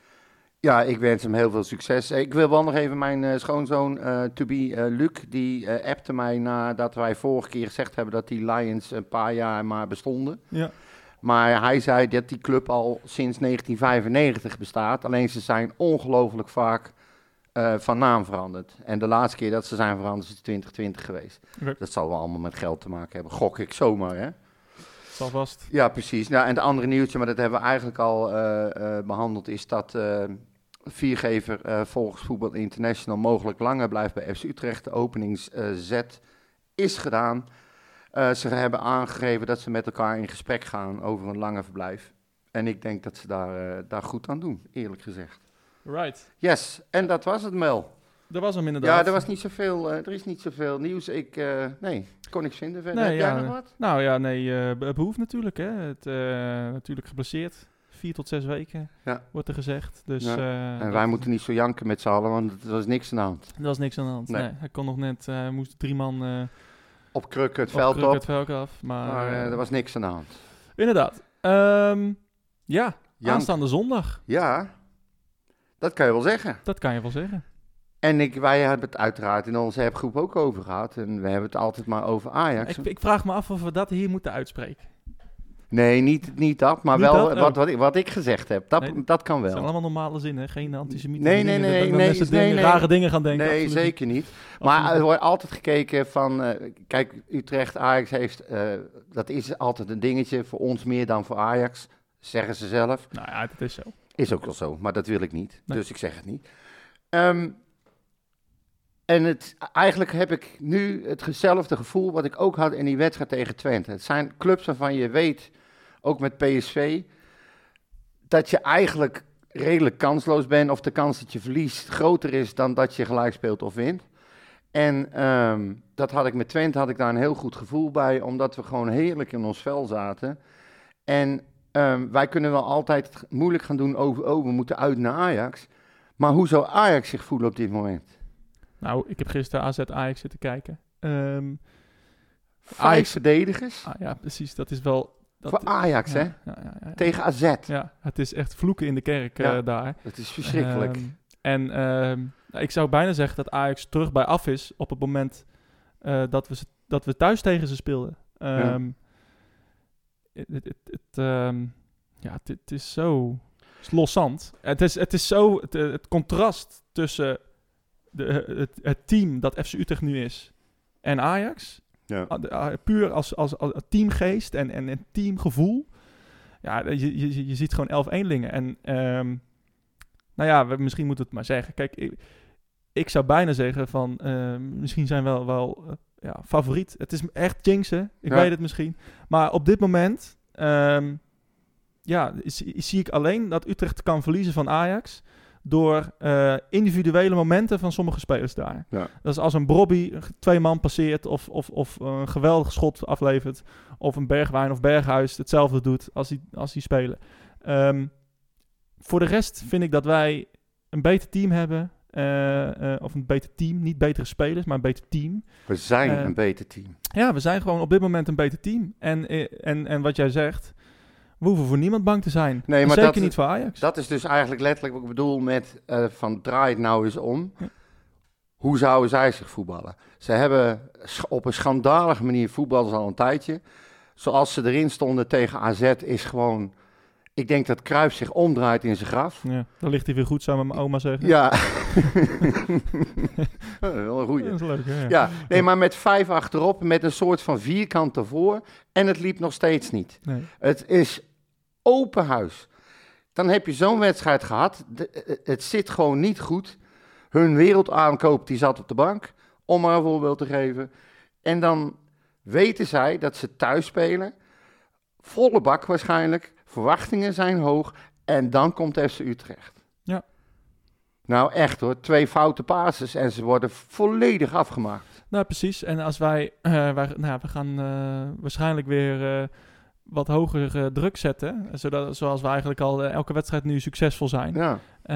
ja, ik wens hem heel veel succes. Ik wil wel nog even mijn uh, schoonzoon, uh, to be uh, Luc, die uh, appte mij nadat wij vorige keer gezegd hebben dat die Lions een paar jaar maar bestonden. Ja. Maar hij zei dat die club al sinds negentien vijfennegentig bestaat. Alleen ze zijn ongelooflijk vaak uh, van naam veranderd. En de laatste keer dat ze zijn veranderd is twintig twintig geweest. Okay. Dat zal wel allemaal met geld te maken hebben. Gok ik zomaar, hè? Zal vast. Ja, precies. Nou, en het andere nieuwtje, maar dat hebben we eigenlijk al uh, uh, behandeld, is dat uh, viergever uh, volgens Voetbal International mogelijk langer blijft bij F C Utrecht. De openingszet uh, is gedaan. Uh, ze hebben aangegeven dat ze met elkaar in gesprek gaan over een langer verblijf. En ik denk dat ze daar, uh, daar goed aan doen, eerlijk gezegd. Right. Yes, en dat was het, Mel. Dat was hem inderdaad. Ja, er, was niet zoveel, uh, er is niet zoveel nieuws. Ik, uh, nee, kon niks vinden verder. Nee, Heb jij ja, nog wat? Nou ja, nee, uh, Behoeft natuurlijk. Hè. Het, uh, natuurlijk geblesseerd. Vier tot zes weken Ja. wordt er gezegd. Dus, Ja. uh, En dat, wij moeten niet zo janken met z'n allen, want er was niks aan de hand. Er was niks aan de hand. Nee. Nee. Hij kon nog net, uh, moest drie man uh, Op krukken het op veld kruk op, het veld af. Maar, maar uh, uh, er was niks aan de hand. inderdaad. Um, ja, Jank. aanstaande zondag. Ja, dat kan je wel zeggen. Dat kan je wel zeggen. En ik, wij hebben het uiteraard in onze appgroep ook over gehad. En we hebben het altijd maar over Ajax. Ik, ik vraag me af of we dat hier moeten uitspreken. Nee, niet, niet dat, maar Niet wel dat? Oh. wat, wat, ik, wat ik gezegd heb. Dat, Nee, dat kan Het zijn wel. allemaal normale zinnen, geen antisemitische Nee, nee, dingen. nee, dat- dat nee, mensen nee, dingen, nee. rare dingen gaan denken. Nee, absoluut zeker niet. niet. Maar Absoluut er wordt altijd gekeken van... Uh, kijk, Utrecht, Ajax heeft... Uh, dat is altijd een dingetje voor ons meer dan voor Ajax. Zeggen ze zelf. Nou ja, dat is zo. Is ook wel zo, maar dat wil ik niet. Nee. Dus ik zeg het niet. Um, en het, eigenlijk heb ik nu hetzelfde gevoel wat ik ook had in die wedstrijd tegen Twente. Het zijn clubs waarvan je weet, ook met P S V, dat je eigenlijk redelijk kansloos bent. Of de kans dat je verliest groter is dan dat je gelijk speelt of wint. En um, dat had ik met Twente, had ik daar een heel goed gevoel bij. Omdat we gewoon heerlijk in ons vel zaten. En um, wij kunnen wel altijd moeilijk gaan doen over, oh, we moeten uit naar Ajax. Maar hoe zou Ajax zich voelen op dit moment? Nou, ik heb gisteren A Z Ajax zitten kijken. Um, Vijf Ajax- verdedigers ah, ja, precies. Dat is wel... Dat, voor Ajax, ja, hè? Ja, ja, ja. Tegen A Z. Ja, het is echt vloeken in de kerk Ja. uh, daar. Het is verschrikkelijk. Um, en um, ik zou bijna zeggen dat Ajax terug bij af is op het moment uh, dat, we ze, dat we thuis tegen ze speelden. Um, ja. Het, het, het, um, ja, het, het is zo loszand. Het is, het is zo het, het contrast tussen de, het, het team dat F C Utrecht nu is en Ajax. Ja. Uh, puur als, als, als teamgeest en, en, en teamgevoel. Ja, je, je, je ziet gewoon elf eenlingen. En um, nou ja, we, misschien moeten we het maar zeggen. Kijk, ik, ik zou bijna zeggen van... Uh, misschien zijn we wel, wel uh, ja, favoriet. Het is echt jinxen. Ik Ja. weet het misschien. Maar op dit moment... Um, ja, zie, zie ik alleen dat Utrecht kan verliezen van Ajax... door uh, individuele momenten van sommige spelers daar. Ja. Dat is als een Brobby twee man passeert... of, of, of een geweldig schot aflevert... of een Bergwijn of Berghuis hetzelfde doet als die, als die spelen. Um, voor de rest vind ik dat wij een beter team hebben... Uh, uh, of een beter team, niet betere spelers, maar een beter team. We zijn Uh, een beter team. Ja, we zijn gewoon op dit moment een beter team. En, en, en wat jij zegt, we hoeven voor niemand bang te zijn. Nee, En maar zeker dat- niet voor Ajax. Dat is dus eigenlijk letterlijk wat ik bedoel met uh, van draai het nou eens om. Ja. hoe zouden zij zich voetballen? Ze hebben sch- op een schandalige manier voetballen al een tijdje. Zoals ze erin stonden tegen A Z is gewoon... Ik denk dat Cruijff zich omdraait in zijn graf. Ja, dan ligt hij weer goed, zou mijn oma zeggen. Ja. Wel een goeie. Dat is leuk, hè? Ja. Ja, nee, maar met vijf achterop, met een soort van vierkant ervoor. En het liep nog steeds niet. Nee. Het is open huis. Dan heb je zo'n wedstrijd gehad. De, het zit gewoon niet goed. Hun wereldaankoop, die zat op de bank. Om maar een voorbeeld te geven. En dan weten zij dat ze thuis spelen. Volle bak waarschijnlijk. Verwachtingen zijn hoog. En dan komt F C Utrecht. Ja. Nou echt hoor. Twee foute passes en ze worden volledig afgemaakt. Nou, precies. En als wij... Uh, wij nou, we gaan uh, waarschijnlijk weer... Uh, wat hoger uh, druk zetten. Zodat, zoals we eigenlijk al uh, elke wedstrijd nu succesvol zijn. Ja.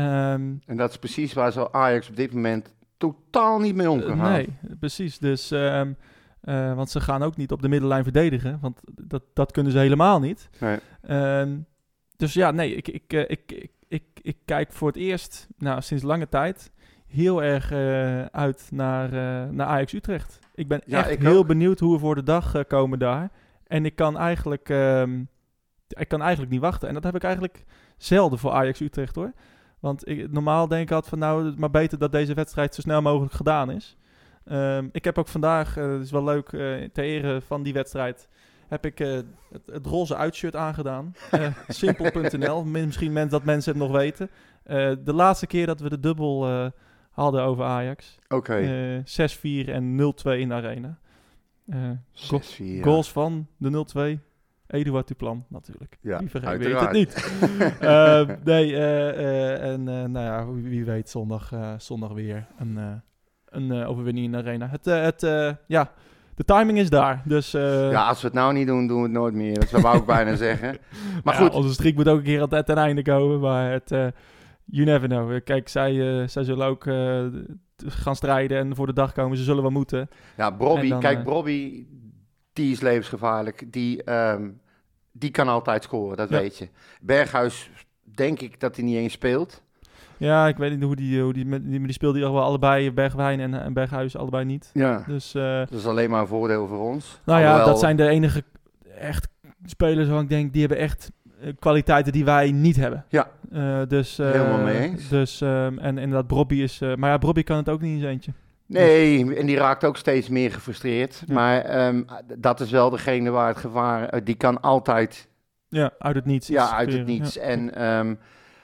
Um, en dat is precies waar zo Ajax op dit moment totaal niet mee om kan gaan. Uh, nee, precies. Dus, um, uh, want ze gaan ook niet op de middenlijn verdedigen. Want dat, dat kunnen ze helemaal niet. Nee. Um, dus ja, nee, ik, ik, uh, ik, ik, ik, ik kijk voor het eerst, nou, sinds lange tijd, heel erg uh, uit naar, uh, naar Ajax Utrecht. Ik ben ja, echt ik heel ook. benieuwd hoe we voor de dag uh, komen daar. En ik kan eigenlijk, um, ik kan eigenlijk niet wachten. En dat heb ik eigenlijk zelden voor Ajax Utrecht, hoor. Want ik, normaal denk ik altijd van, nou, maar beter dat deze wedstrijd zo snel mogelijk gedaan is. Um, ik heb ook vandaag, het uh, is wel leuk, uh, ter ere van die wedstrijd, heb ik uh, het, het roze uitshirt aangedaan. Uh, simpel punt n l, misschien men, dat mensen het nog weten. Uh, de laatste keer dat we de dubbel uh, hadden over Ajax. Oké. Okay. Uh, zes vier en nul twee in de arena. Uh, go- zes vier, ja. Goals van de nul twee. Eduard Duplan, natuurlijk. Ja, wie vergeet uiteraard. weet het niet. uh, nee, uh, uh, en uh, nou ja, wie, wie weet zondag, uh, zondag weer een, uh, een uh, overwinning in de arena. Het, uh, het, uh, ja, de timing is daar. Dus, uh, ja, als we het nou niet doen, doen we het nooit meer. Dat zou ik bijna zeggen. Maar ja, goed. Onze streak moet ook een keer ten einde komen. Maar het, uh, you never know. Kijk, zij, uh, zij zullen ook uh, gaan strijden en voor de dag komen. Ze zullen wel moeten. Ja, Brobby, dan, kijk, uh, Brobby, die is levensgevaarlijk. Die, um, die kan altijd scoren, dat ja. weet je. Berghuis, denk ik dat hij niet eens speelt. Ja, ik weet niet hoe die, hoe die, met, die, die speelde die wel allebei, Bergwijn en, en Berghuis allebei niet. Ja, dus, uh, dat is alleen maar een voordeel voor ons. Nou Alhoewel, ja, dat zijn de enige echt spelers waarvan ik denk, die hebben echt uh, kwaliteiten die wij niet hebben. Ja, uh, dus, uh, helemaal mee eens. Dus, um, en inderdaad, Brobby is... Uh, maar ja, Brobby kan het ook niet in zijn eentje. Nee, dus. En die raakt ook steeds meer gefrustreerd. Ja. Maar um, dat is wel degene waar het gevaar... Uh, die kan altijd... Ja, uit het niets. Ja, uit het niets. Ja. En um,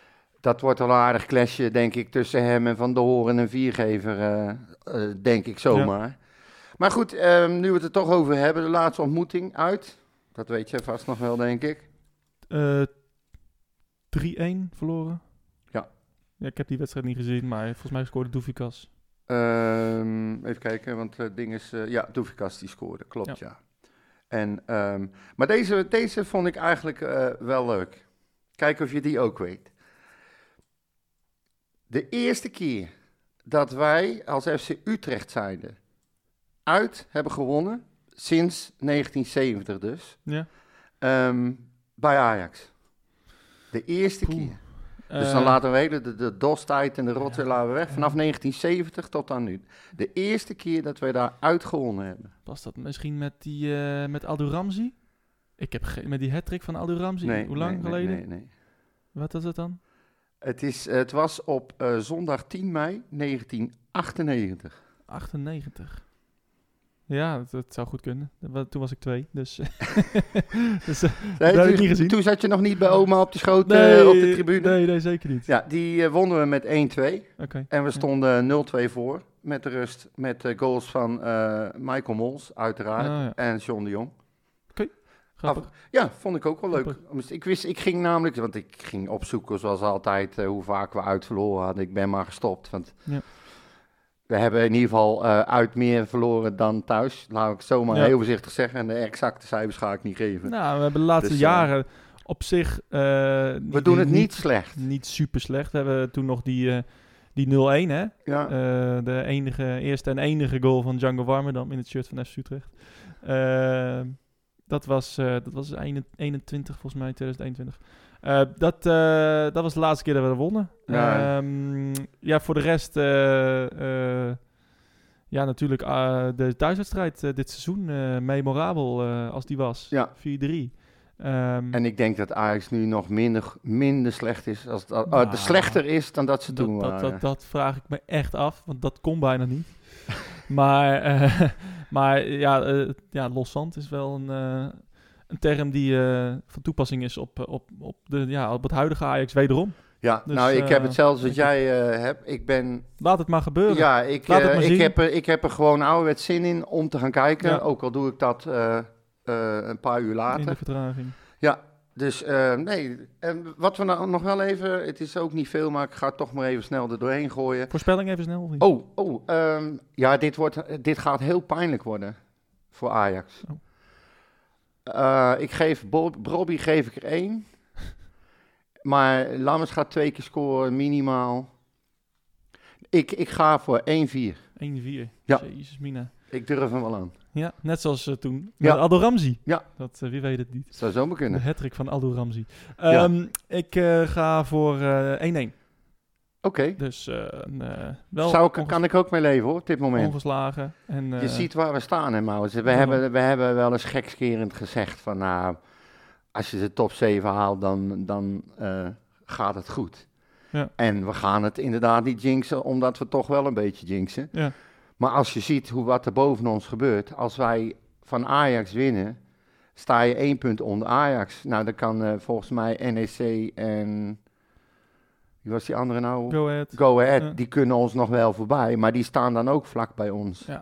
dat wordt al een aardig clashje, denk ik, tussen hem en Van der Hoorn en Viergever, uh, uh, denk ik zomaar. Ja. Maar goed, um, nu we het er toch over hebben, de laatste ontmoeting uit. Dat weet je vast nog wel, denk ik. Uh, drie-een verloren. Ja. Ja. Ik heb die wedstrijd niet gezien, maar volgens mij scoorde Doefikas. Um, even kijken, want het uh, ding is... Uh, ja, Doefikas die scoorde, klopt, ja. ja. En, um, maar deze, deze vond ik eigenlijk uh, wel leuk. Kijken of je die ook weet. De eerste keer dat wij als F C Utrecht zijnde uit hebben gewonnen, sinds negentien zeventig dus, ja. um, bij Ajax. De eerste Poeh. keer. Dus dan laten we de, de, de D O S-tijd en de rotzooi ja, laten we weg. Vanaf ja. negentien zeventig tot aan nu. De eerste keer dat wij daar uitgewonnen hebben. Was dat misschien met die uh, met Aldo Ramzi? Ik heb ge- met die hat-trick van Aldo Ramzi. Nee, Hoe lang nee, geleden? Nee, nee, nee. Wat was het dan? Het, is, het was op uh, zondag tien mei negentien achtennegentig. achtennegentig. Ja, dat, dat zou goed kunnen. Toen was ik twee, dus, dus uh, nee, dat heb toen, ik niet gezien. Toen zat je nog niet bij oma op de schoot nee, uh, op de tribune? Nee, nee, zeker niet. Ja, die uh, wonnen we met één twee. Okay. En we stonden ja. nul twee voor met de rust. Met uh, goals van uh, Michael Mols, uiteraard. Oh, ja. En John de Jong. Oké, okay. Grappig. Af, ja, vond ik ook wel leuk. Grappig. Ik wist, ik ging namelijk, want ik ging opzoeken zoals altijd uh, hoe vaak we uitverloren hadden. Ik ben maar gestopt, want... Ja. We hebben in ieder geval uh, uit meer verloren dan thuis. Laat ik zo maar ja. heel voorzichtig zeggen. En de exacte cijfers ga ik niet geven. Nou, we hebben de laatste dus, jaren uh, op zich... Uh, we niet, doen het niet, niet slecht. Niet super slecht. We hebben toen nog die, uh, die nul een, hè? Ja. Uh, de enige, eerste en enige goal van Django Warmerdam in het shirt van F C Utrecht. Uh, dat was, uh, dat was eenentwintig, volgens mij, twintig eenentwintig. Uh, dat, uh, dat was de laatste keer dat we er wonnen. Ja, um, ja voor de rest... Uh, uh, Ja, natuurlijk uh, de thuiswedstrijd uh, dit seizoen. Uh, memorabel uh, als die was. Ja. vier drie. Um, en ik denk dat Ajax nu nog minder, minder slecht is. Als dat, nou, uh, slechter is dan dat ze dat, toen dat, waren. Dat, dat vraag ik me echt af. Want dat kon bijna niet. maar, uh, maar ja, uh, ja, loszand is wel een, uh, een term die uh, van toepassing is op, op, op, de, ja, op het huidige Ajax wederom. Ja, dus, nou, ik heb uh, hetzelfde wat jij uh, hebt. Ik ben... Laat het maar gebeuren. Ja, ik, Laat het uh, maar ik, zien. heb er, ik heb er gewoon ouderwets zin in om te gaan kijken. Ja. Ook al doe ik dat uh, uh, een paar uur later. In de vertraging. Ja, dus uh, nee. En wat we nou nog wel even... Het is ook niet veel, maar ik ga het toch maar even snel er doorheen gooien. Voorspelling even snel? Of niet? Oh, oh um, ja, dit, wordt, dit gaat heel pijnlijk worden voor Ajax. Oh. Uh, ik geef Bob, Bobby geef ik er één. Maar Lammers gaat twee keer scoren, minimaal. Ik, ik ga voor één vier. één vier. Ja. Jezus mina. Ik durf hem wel aan. Ja, net zoals uh, toen ja. met Aldo Ramzi. Ja. Dat, uh, wie weet het niet. Dat zou zomaar kunnen. De hattrick van Aldo Ramzi. Um, ja. Ik uh, ga voor uh, één één. Oké. Okay. Dus uh, uh, wel Zou ik, kan ik ook mee leven hoor, op dit moment. Ongeslagen. En, uh, je ziet waar we staan hè Maurits. We, hebben, we hebben wel eens gekscherend gezegd van nou... Als je de top zeven haalt, dan, dan uh, gaat het goed. Ja. En we gaan het inderdaad niet jinxen, omdat we toch wel een beetje jinxen. Ja. Maar als je ziet hoe wat er boven ons gebeurt, als wij van Ajax winnen, sta je één punt onder Ajax. Nou, dan kan uh, volgens mij N E C en... Wie was die andere nou? Go Ahead. Go Ahead, ja. Die kunnen ons nog wel voorbij, maar die staan dan ook vlak bij ons. Ja.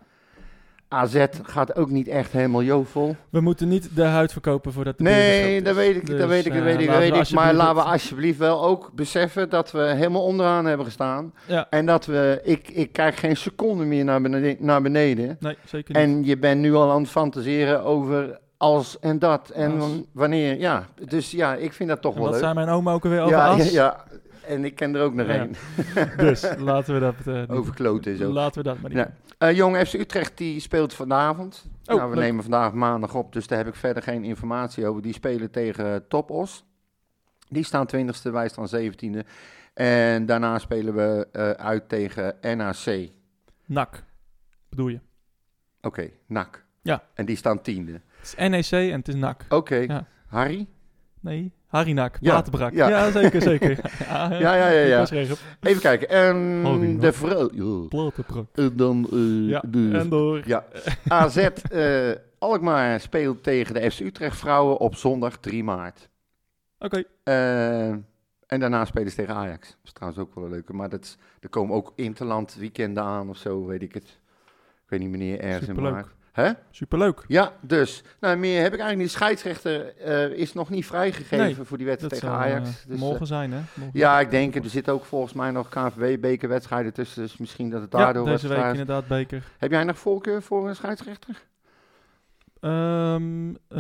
A Z gaat ook niet echt helemaal jovel. We moeten niet de huid verkopen voordat de Nee, dat weet ik, dus, dat weet ik, dat weet ik, dat weet ik. Maar laten we alsjeblieft wel ook beseffen dat we helemaal onderaan hebben gestaan. Ja. En dat we, ik, ik kijk geen seconde meer naar beneden, naar beneden. Nee, zeker niet. En je bent nu al aan het fantaseren over als en dat en als. wanneer. Ja, dus ja, ik vind dat toch en wel wat leuk. Wat zei mijn oma ook alweer over ja, as? Ja, ja, en ik ken er ook nog één. Ja. Dus laten we dat... Uh, over kloten is ook. Laten we dat maar niet ja. Uh, Jong F C Utrecht die speelt vanavond. Oh, nou, we leuk. nemen vandaag maandag op, dus daar heb ik verder geen informatie over. Die spelen tegen Topos. Die staan twintigste, wij staan zeventiende. En daarna spelen we uh, uit tegen N A C. N A C, bedoel je? Oké, okay, N A C. Ja. En die staan tiende. Het is N E C en het is N A C. Oké. Okay. Ja. Harry? Nee, Harry N A C, ja. Platenbrak. Ja. ja, zeker, zeker. ja, ja, ja, ja. ja. Even kijken. Um, de vrouw... Platenbrak. Uh, dan... Uh, ja, de, en door. Ja. A Z uh, Alkmaar speelt tegen de F C Utrecht vrouwen op zondag drie maart. Oké. Okay. Uh, en daarna spelen ze tegen Ajax. Dat is trouwens ook wel een leuke. Maar dat is, er komen ook interland weekenden aan of zo, weet ik het. Ik weet niet wanneer, ergens in maart. Hè? Superleuk. Ja, dus. Nou, meer heb ik eigenlijk niet. De scheidsrechter uh, is nog niet vrijgegeven nee, voor die wedstrijd tegen Ajax. Uh, dus, morgen zijn, hè? Morgen ja, ik denk, er zitten ook volgens mij nog K N V B-bekerwedstrijden tussen. Dus misschien dat het daardoor... Ja, deze week vraagt. inderdaad beker. Heb jij nog voorkeur voor een scheidsrechter? Um, uh,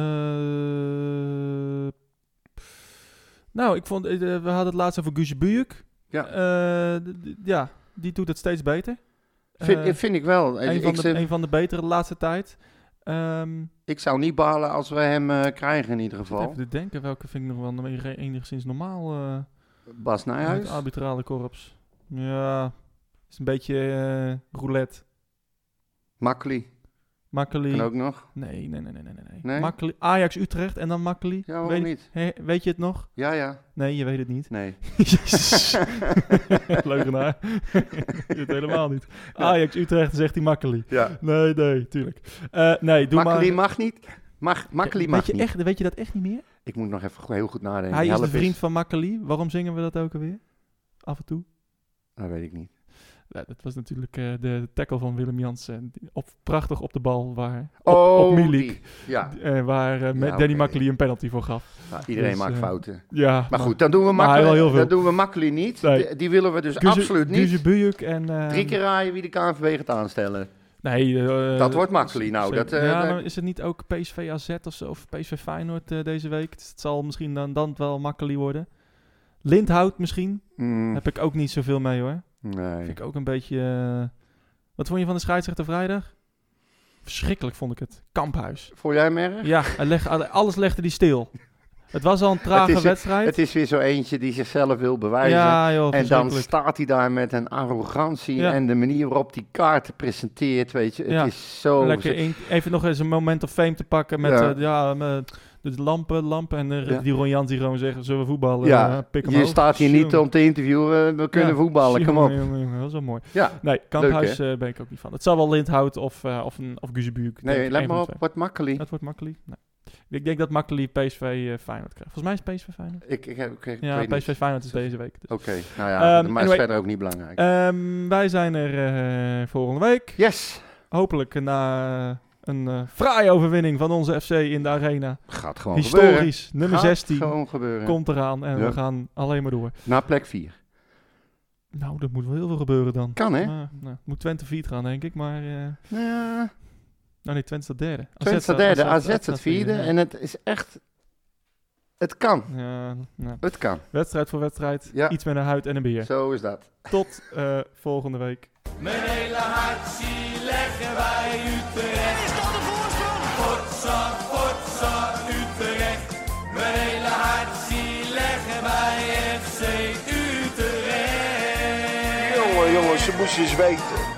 nou, ik vond... Uh, we hadden het laatst over Guusje Bujuk. Ja. Uh, d- d- ja, die doet het steeds beter. Vind, uh, vind ik wel. Een ik van, de, zeg, een van de betere de laatste tijd. Um, ik zou niet balen als we hem uh, krijgen in ieder geval. Even te denken, welke vind ik nog wel enigszins normaal? Uh, Bas Nijhuis? Het arbitrale korps. Ja, is een beetje uh, roulette. Makkeli. Makkeli. Kan ook nog? Nee, nee, nee, nee, nee. nee. nee? Makkeli. Ajax Utrecht en dan Makkeli. Ja, waarom weet, niet? He, weet je het nog? Ja, ja. Nee, je weet het niet. Nee. Leugenaar. Je weet het helemaal niet. Ajax Utrecht zegt hij Makkeli. Ja. Nee, nee, tuurlijk. Uh, nee, doe Makkeli maar. mag niet. Mag, Makkeli mag weet je niet. Echt, weet je dat echt niet meer? Ik moet nog even heel goed nadenken. Hij Help is de vriend is. van Makkeli. Waarom zingen we dat ook alweer? Af en toe. Dat weet ik niet. Ja, dat was natuurlijk uh, de tackle van Willem Jansen. Op, prachtig op de bal waar, op, oh, op Milik. Ja. Uh, waar uh, met ja, Danny okay. Makkeli een penalty voor gaf. Ja, iedereen dus, maakt uh, fouten. Ja, maar, maar goed, dan doen we Makkeli, dan doen we Makkeli niet. Nee. Die, die willen we dus Guze, absoluut niet. Guze Bujuk en... Uh, Drie keer raaien wie de K N V B gaat aanstellen. Nee, uh, dat wordt Makkeli nou. Dat, uh, ja, dat... maar is het niet ook P S V A Z of zo? Of P S V Feyenoord uh, deze week? Dus het zal misschien dan, dan wel Makkeli worden. Lindhout misschien. Mm. Heb ik ook niet zoveel mee hoor. Nee. Vind ik ook een beetje... Uh, wat vond je van de scheidsrechter vrijdag? Verschrikkelijk vond ik het. Kamphuis. Vond jij hem erg? Ja, hij leg, alles legde hij stil. Het was al een trage het is, wedstrijd. Het is weer zo eentje die zichzelf wil bewijzen. Ja, joh, en dan staat hij daar met een arrogantie ja. en de manier waarop die kaarten presenteert, weet je. Het ja. is zo... Lekker in, even nog eens een moment of fame te pakken met ja. Uh, ja, met de lampen, lampen en uh, ja. die Ron Jans die gewoon zeggen, zullen we voetballen? Ja, uh, pik hem je hoog. staat hier niet om te interviewen, we kunnen ja. voetballen, kom op. Jongen, jongen, dat is wel mooi. Ja. Nee, Kamphuis uh, ben ik ook niet van. Het zal wel Lindhout of, uh, of, een, of Guzebuurk. Nee, let maar op, wordt Makkeli. Het wordt Makkeli, nee. Ik denk dat Makkeli P S V uh, Feyenoord krijgt. Volgens mij is P S V Feyenoord. Ik, ik, ik, ik ja, weet P S V niet. Feyenoord is deze week. Dus. Oké, okay. nou ja, um, maar anyway, is verder ook niet belangrijk. Um, wij zijn er uh, volgende week. Yes. Hopelijk na uh, een uh, fraaie overwinning van onze F C in de Arena. Gaat gewoon Historisch, gebeuren. nummer Gaat zestien gewoon gebeuren. Komt eraan en ja. we gaan alleen maar door. Naar plek vier. Nou, dat moet wel heel veel gebeuren dan. Kan, hè? Uh, nou, moet Twente vierde gaan, denk ik, maar... Uh, ja... Nou nee, Twente staat derde. Twente staat derde, A Z staat vierde. Ja. En het is echt... Het kan. Ja, nou. Het kan. Wedstrijd voor wedstrijd. Ja. Iets met een huid en een beer. Zo is dat. Tot uh, volgende week. Mijn hele hart zie leggen wij Utrecht. Is dat de voorsprong? Potsa, potsa, Utrecht. Mijn hele hart zie leggen wij F C Utrecht. Jongen, jongens, ze moesten eens weten.